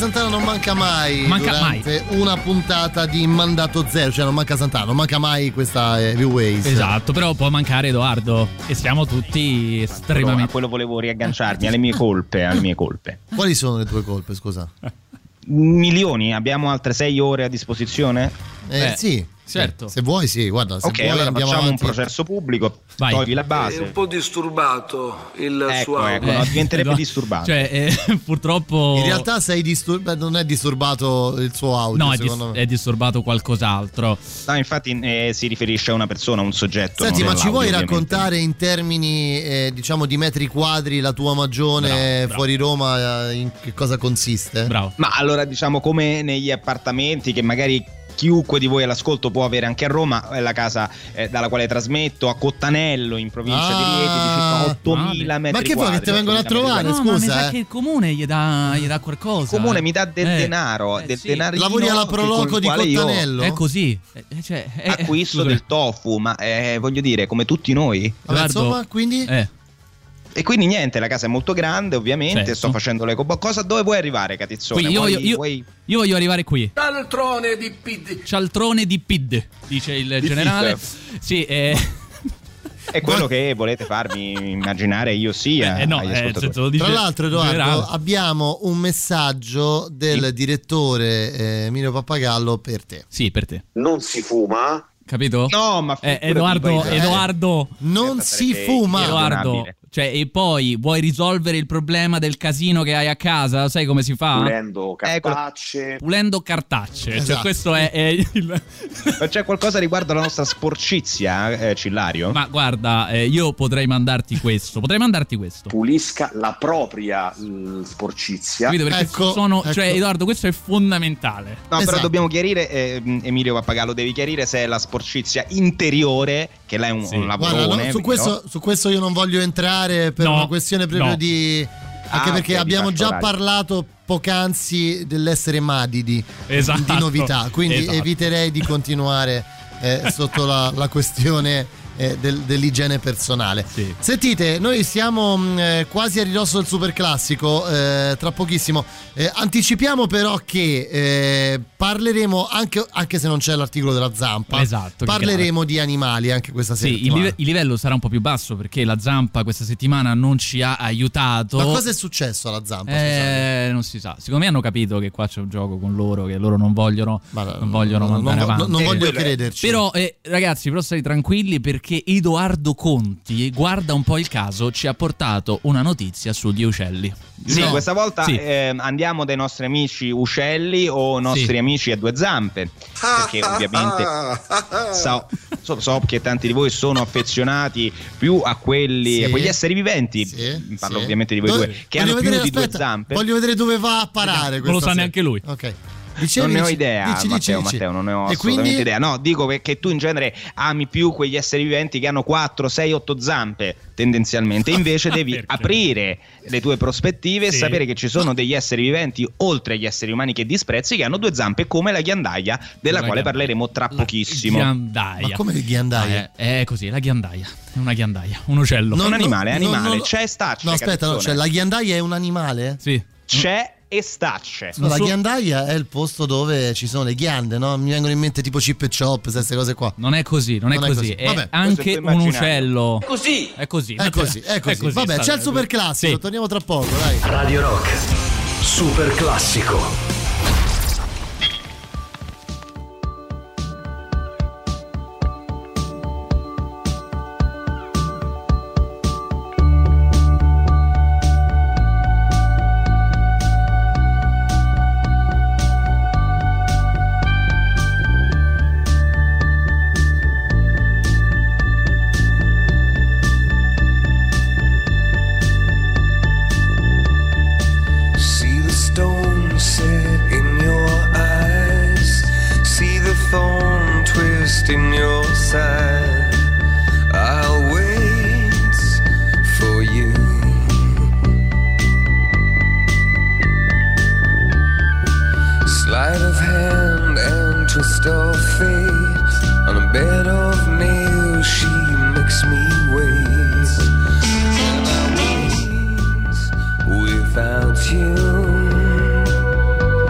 Santana non manca mai Manca durante mai. una puntata di Mandato Zero, cioè non manca Santana, non manca mai questa Heavyweights. Esatto, però può mancare Edoardo e siamo tutti estremamente... A quello volevo riagganciarmi, alle mie colpe, alle mie colpe. Quali sono le tue colpe, scusa? Milioni, abbiamo altre sei ore a disposizione? Eh, Beh, sì, certo. Se vuoi, sì, guarda. Se ok, vuoi, allora andiamo facciamo avanti. un processo pubblico, Vai. togli la base. È un po' disturbato il Ecco, suo audio. ecco, no, diventerebbe no, disturbato. Cioè, eh, purtroppo... In realtà sei disturbato, non è disturbato il suo audio, No, è, secondo dis- me. è disturbato qualcos'altro. No, infatti eh, si riferisce a una persona, a un soggetto. Senti, non ma ci all'audio, vuoi ovviamente. raccontare in termini, eh, diciamo, di metri quadri la tua magione Bravo, bravo. fuori Roma, eh, in che cosa consiste? Bravo. Ma allora diciamo come negli appartamenti che magari chiunque di voi all'ascolto può avere anche a Roma, è la casa eh, dalla quale trasmetto a Cottanello in provincia di Rieti di circa ottomila metri Ma che vuoi quadri, che ti vengono a ottomila metri trovare? No, ma mi Scusa, sa eh. che il comune gli dà, gli dà qualcosa. Il comune mi dà del Eh, denaro, eh, del sì. denarino. Lavori alla che- Proloco col di quale io Cottanello? È così. Eh, cioè, eh, acquisto scusa. del tofu, ma eh, voglio dire, come tutti noi. Vabbè, Edoardo, insomma, quindi? Eh. E quindi niente, la casa è molto grande, ovviamente. Certo. Sto facendo le co- cosa dove vuoi arrivare, Catizzone? Qui, io, Vuoi- voglio, io- vuoi- io voglio arrivare qui. Cialtrone di P D. Cialtrone di P D, dice il Di generale. P D. Sì, eh, È quello che volete farmi immaginare io sia. eh, no, agli eh, ascoltatori. senso, lo dice Tra l'altro, Edoardo, generale. abbiamo un messaggio del direttore eh, Emilio Pappagallo per te. Sì, per te. Non si fuma? Capito? No, ma Eh, figurati, Edoardo, poi- Edoardo, Non si fuma. Edoardo, imperdonabile. cioè, e poi vuoi risolvere il problema del casino che hai a casa? Sai come si fa? Pulendo cartacce. Pulendo cartacce. Cioè, Esatto. questo è, è il... Ma c'è qualcosa riguardo alla nostra sporcizia, eh, Cillario? Ma guarda, eh, io potrei mandarti questo. Potrei mandarti questo. Pulisca la propria mh, sporcizia. Capito? Perché Ecco, sono. ecco. Cioè, Edoardo, questo è fondamentale. No, Esatto. però dobbiamo chiarire, eh, Emilio Pappagallo, devi chiarire se è la sporcizia interiore, che là è un, Sì. un Guarda, lavorone. no, su, vero? questo, su questo io non voglio entrare per No, una questione proprio no. di... Anche Ah, perché ok, abbiamo di già fascia oraria. parlato poc'anzi dell'essere madidi, Esatto. di novità, quindi Esatto. eviterei di continuare eh, sotto la, la questione eh, del- dell'igiene personale. Sì. Sentite, noi siamo mh, eh, quasi a ridosso del superclassico, eh, tra pochissimo. Eh, anticipiamo però che eh, parleremo, anche, anche se non c'è l'articolo della Zampa, Esatto, che parleremo di animali anche questa Sì, il, settimana. live- il livello sarà un po' più basso perché la Zampa questa settimana non ci ha aiutato. Ma cosa è successo alla Zampa? scusate? Eh, non si sa. Secondo me hanno capito che qua c'è un gioco con loro, che loro non vogliono, Ma no, non vogliono no, mandare non, avanti. non voglio quello è- crederci. Però, eh, ragazzi, però state tranquilli perché Edoardo Conti, guarda un po' il caso, ci ha portato una notizia sugli uccelli. Sì, No. questa volta Sì. eh, andiamo dai nostri amici uccelli o nostri Sì. amici a due zampe, perché ovviamente so, so- so che tanti di voi sono affezionati più a quelli, Sì. a quegli esseri viventi, Sì, parlo sì. ovviamente di voi Dove- due, che voglio hanno più vedere- di due aspetta, zampe. Voglio vedere dove va a parare. Non lo questa sa sera. neanche lui. Ok. Dicevi, Non ne ho dici- idea, dici, Matteo, dici, dici. Matteo, non ne ho E assolutamente quindi? idea. No, dico perché tu in genere ami più quegli esseri viventi che hanno quattro, sei, otto zampe tendenzialmente. Invece devi Perché? aprire le tue prospettive Sì. e sapere che ci sono degli esseri viventi oltre agli esseri umani che disprezzi che hanno due zampe, come la ghiandaia, della La quale ghiandaia. parleremo tra pochissimo. Ghiandaia. Ma come le ghiandaie? Ah, è, è così, la ghiandaia. È una ghiandaia, un uccello. Non- un animale, no, animale. no, C'è e staccia, No, aspetta, no, Capezzone. cioè la ghiandaia è un animale? Sì. C'è e stacce. No, la so- ghiandaia è il posto dove ci sono le ghiande, no? Mi vengono in mente tipo Chip e Chop, queste cose qua. Non è così, non, Non è è così. così. È Vabbè, anche questo è il tuo un immaginario. uccello. È così. È così. È così, è così. Vabbè, c'è il sta- super classico, Sì. torniamo tra poco, dai. Radio Rock, super classico. See the stone set in your eyes. See the thorn twist in your side. I'll wait for you. Sleight of hand and twist of fate. On a bed of nails, she makes me wait. And I wait without you.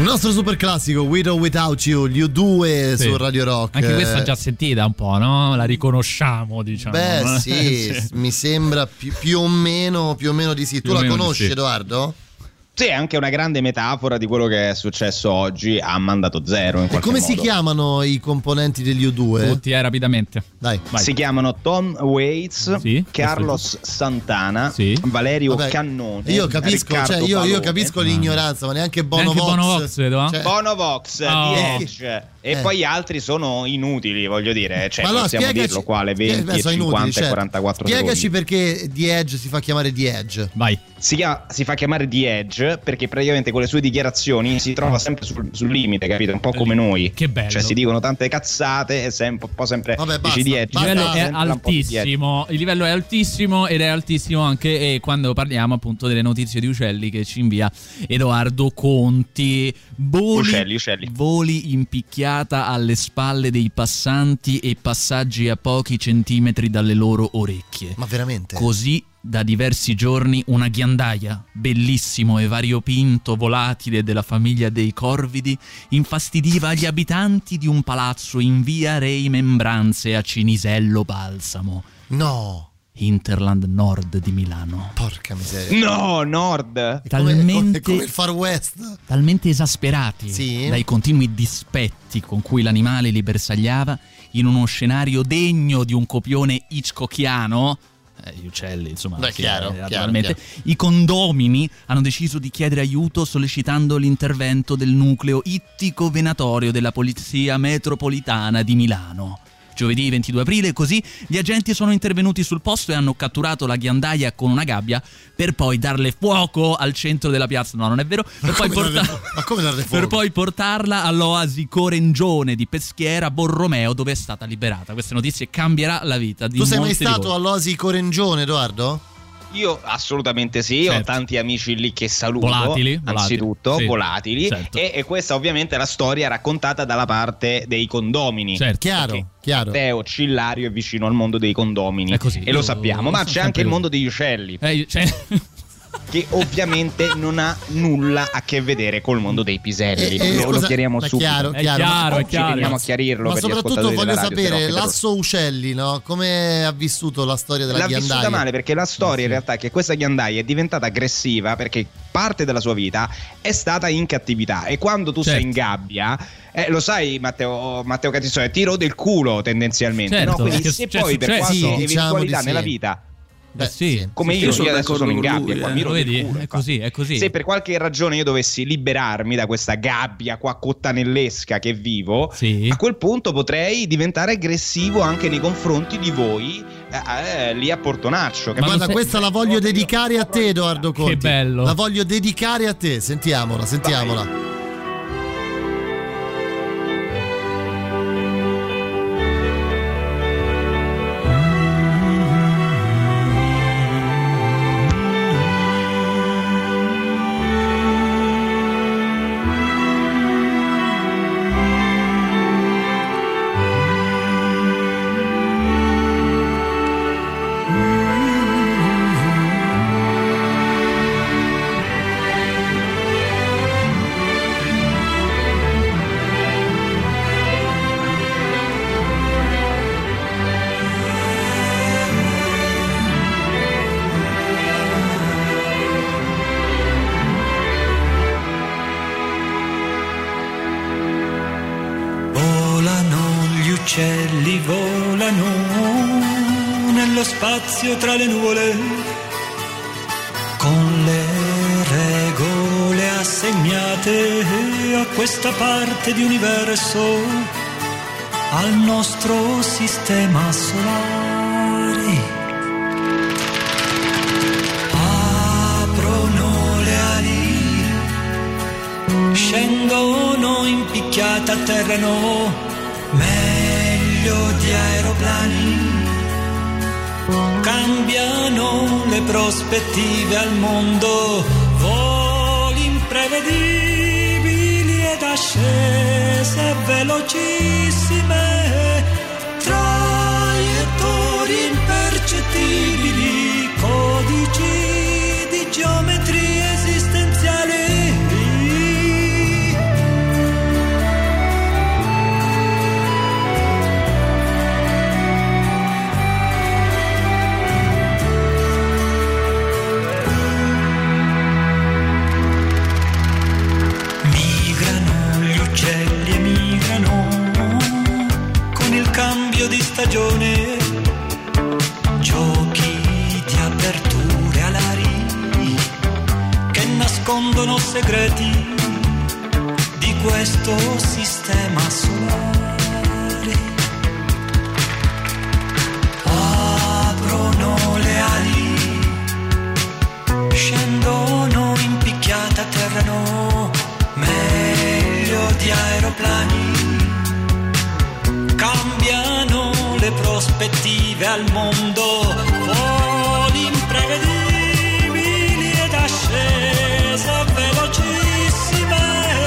nostro super classico With or Without You, gli U due Sì. su Radio Rock. Anche questa già sentita un po', no? La riconosciamo, diciamo. Beh, sì, Sì. mi sembra più, più o meno più o meno di sì. Più Tu o la meno di conosci, sì. Edoardo? Sì, è anche una grande metafora di quello che è successo oggi a Mandato Zero. In E qualche come si modo. chiamano i componenti degli U due? Tutti, eh, rapidamente. Dai. Vai. Si chiamano Tom Waits, Sì, Carlos Santana, Sì. Valerio Vabbè, Cannone. Io capisco, Riccardo cioè, io, io Palone. capisco l'ignoranza, ma neanche Bono Neanche Vox. Bono Vox, vedo, eh? Cioè, Bono Vox, Oh. The Edge. E Eh. poi gli altri sono inutili, voglio dire. Cioè, ma allora, possiamo spiegaci- dirlo qua, le spie- venti, beh, sono cinquanta inutili, e certo. quarantaquattro Spiegaci secondi. perché The Edge si fa chiamare The Edge. Vai. Si, chiama- si fa chiamare The Edge perché praticamente con le sue dichiarazioni si trova sempre sul, sul limite, capito? Un po' come noi. Che bello. Cioè si dicono tante cazzate e sempre, un po' sempre Vabbè, dici basta, The Edge. Il livello Basta, è sempre un po' di Edge. altissimo, il livello è altissimo ed è altissimo anche eh, quando parliamo appunto delle notizie di uccelli che ci invia Edoardo Conti. Voli, Uccelli, uccelli. voli in picchiata alle spalle dei passanti e passaggi a pochi centimetri dalle loro orecchie. Ma veramente? Così da diversi giorni una ghiandaia, bellissimo e variopinto volatile della famiglia dei corvidi, infastidiva gli abitanti di un palazzo in via Rei Membranze a Cinisello Balsamo, No, Hinterland Nord di Milano. porca miseria. No, Nord. Come, Talmente, come, come il Far West. talmente esasperati Sì. dai continui dispetti con cui l'animale li bersagliava, in uno scenario degno di un copione hitchcockiano, eh, gli uccelli, insomma, Beh, sì, chiaro, eh, chiaro, naturalmente, chiaro. i condomini hanno deciso di chiedere aiuto sollecitando l'intervento del nucleo ittico-venatorio della Polizia Metropolitana di Milano. Giovedì ventidue aprile, così, gli agenti sono intervenuti sul posto e hanno catturato la ghiandaia con una gabbia per poi darle fuoco al centro della piazza. No, non è vero. Per poi, come porta- darle- ma come darle fuoco? per poi portarla all'oasi Corengione di Peschiera Borromeo, dove è stata liberata. Queste notizie cambierà la vita di Tu sei mai molti di stato voi. all'Osi Corengione, Edoardo? Io assolutamente sì, ho Certo. tanti amici lì che saluto, Volatili, anzitutto, volatili, sì. volatili, Certo. e, e questa ovviamente è la storia raccontata dalla parte dei condomini. Certo. Chiaro, Perché chiaro. Matteo Cillario è vicino al mondo dei condomini È così, e lo io sappiamo, ma sono c'è anche sempre il così. mondo degli uccelli, Eh, cioè, che ovviamente non ha nulla a che vedere col mondo dei piselli. Eh, eh, lo, lo scusa, chiariamo ma subito. chiaro, è chiaro. chiaro, è Oggi chiaro. veniamo a chiarirlo Ma per gli soprattutto ascoltatori voglio della radio, se no, sapere, che però- Lasso Uccelli, no? Come ha vissuto la storia della L'ha ghiandaia? vissuta male perché la storia in realtà è che questa ghiandaia è diventata aggressiva perché parte della sua vita è stata in cattività e quando tu sei Certo. in gabbia eh, lo sai Matteo, Matteo Catissone, ti rode il culo tendenzialmente, Certo, no? Quindi perché se cioè, poi per succede. qualche Sì, diciamo eventualità di sì. nella vita Beh, Eh sì. come Sì, io, io sono io adesso d'accordo sono in con gabbia lui, qua, eh. mi Lo rode il vedi? culo, È infatti. così, è così. Se per qualche ragione io dovessi liberarmi da questa gabbia qua cottanellesca che vivo, Sì. a quel punto potrei diventare aggressivo anche nei confronti di voi eh, eh, lì a Portonaccio. Ma capito? Guarda, lo sai- questa la voglio dedicare a te, Edoardo Conti. Che bello. La voglio dedicare a te. Sentiamola, sentiamola. Volano gli uccelli, volano nello spazio tra le nuvole, con le regole assegnate a questa parte di universo, al nostro sistema solare. Aprono le ali, scendono in picchiata, atterrano meglio di aeroplani, cambiano le prospettive al mondo, voli imprevedibili ed ascese velocissime, traiettorie impercettibili, codici di geometrie esistenziali. stagione, giochi di aperture alari che nascondono segreti di questo sistema solare. Aprono le ali, scendono in picchiata, atterrano meglio di aeroplani, cambiano le prospettive al mondo, voli imprevedibili ed ascese velocissime,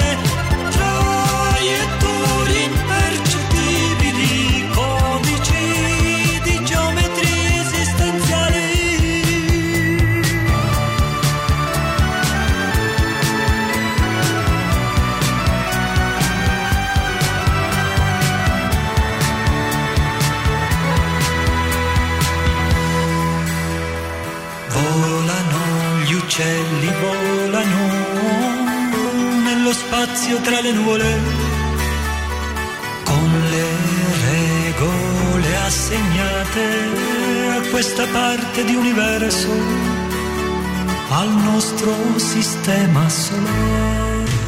traiettorie impercettibili, codici di geometrie esistenziali. Volano gli uccelli, volano nello spazio tra le nuvole, con le regole assegnate a questa parte di universo, al nostro sistema solare.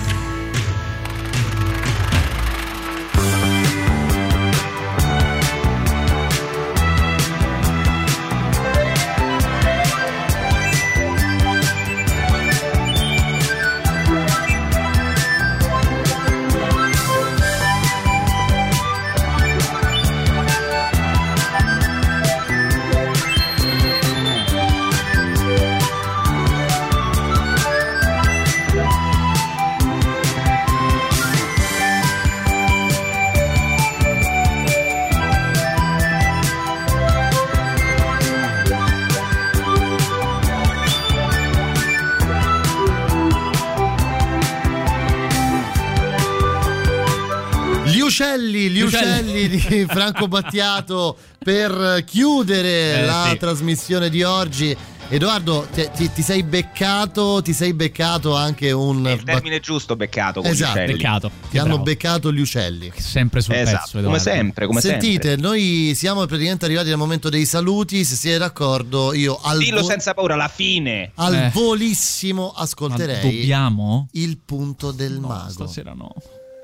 uccelli, gli uccelli di Franco Battiato per chiudere eh, la sì. trasmissione di oggi. Edoardo, ti, ti, ti sei beccato, ti sei beccato anche un... È il termine giusto, beccato. Con esatto, gli beccato. Ti hanno bravo. beccato gli uccelli. Sempre sul esatto, pezzo, Edoardo. come sempre, come Sentite, sempre. noi siamo praticamente arrivati al momento dei saluti. Se siete d'accordo, io al Dillo vo- senza paura, alla fine. Al eh. volissimo ascolterei. Ma dobbiamo? Il punto del no, mago. Stasera no.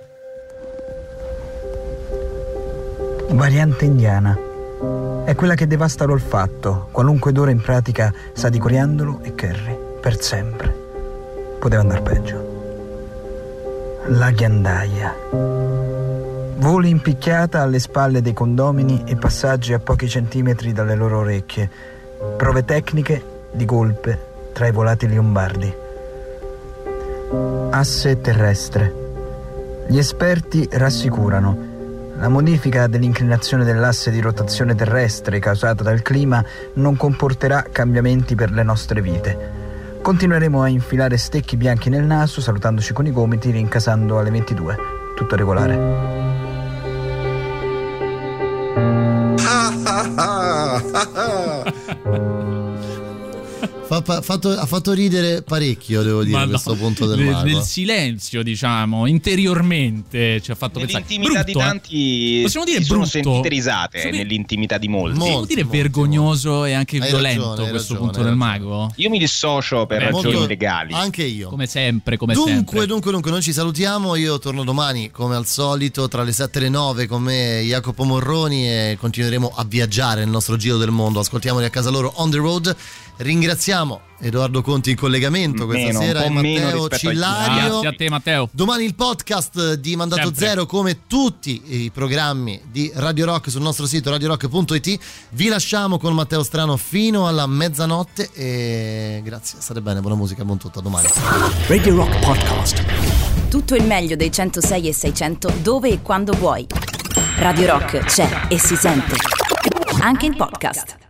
Variante indiana. È quella che devasta l'olfatto. Qualunque odore in pratica sa di coriandolo e curry. Per sempre. Poteva andar peggio. La ghiandaia. Voli in picchiata alle spalle dei condomini e passaggi a pochi centimetri dalle loro orecchie. Prove tecniche di golpe tra i volatili lombardi. Asse terrestre. Gli esperti rassicurano. La modifica dell'inclinazione dell'asse di rotazione terrestre causata dal clima non comporterà cambiamenti per le nostre vite. Continueremo a infilare stecchi bianchi nel naso, salutandoci con i gomiti, rincasando alle ventidue. Tutto regolare. Fa, fa, fatto, ha fatto ridere parecchio, devo dire, no, questo punto del nel, mago. nel silenzio, diciamo, interiormente ci ha fatto pensare. Nell'intimità brutto, di tanti eh? possiamo dire si sono brutto, sentite risate possiamo dire, nell'intimità di molti. Possiamo dire molti, vergognoso molti. E anche hai violento ragione, questo ragione, punto del mago? Io mi dissocio per Beh, ragioni molto, legali. Anche io. Come sempre, come dunque, sempre. Dunque, dunque, noi ci salutiamo. Io torno domani, come al solito, tra le sette e le nove con me, Jacopo Morroni, e continueremo a viaggiare nel nostro giro del mondo. Ascoltiamoli a casa loro on the road. Ringraziamo Edoardo Conti in collegamento questa meno, sera e Matteo Cillario. Grazie a te, Matteo. Domani il podcast di Mandato Sempre. Zero, come tutti i programmi di Radio Rock sul nostro sito radio rock punto it. Vi lasciamo con Matteo Strano fino alla mezzanotte e grazie, state bene, buona musica, buon tutto, a domani. Radio Rock Podcast. Tutto il meglio dei centosei e seicento dove e quando vuoi. Radio Rock c'è e si sente anche in podcast.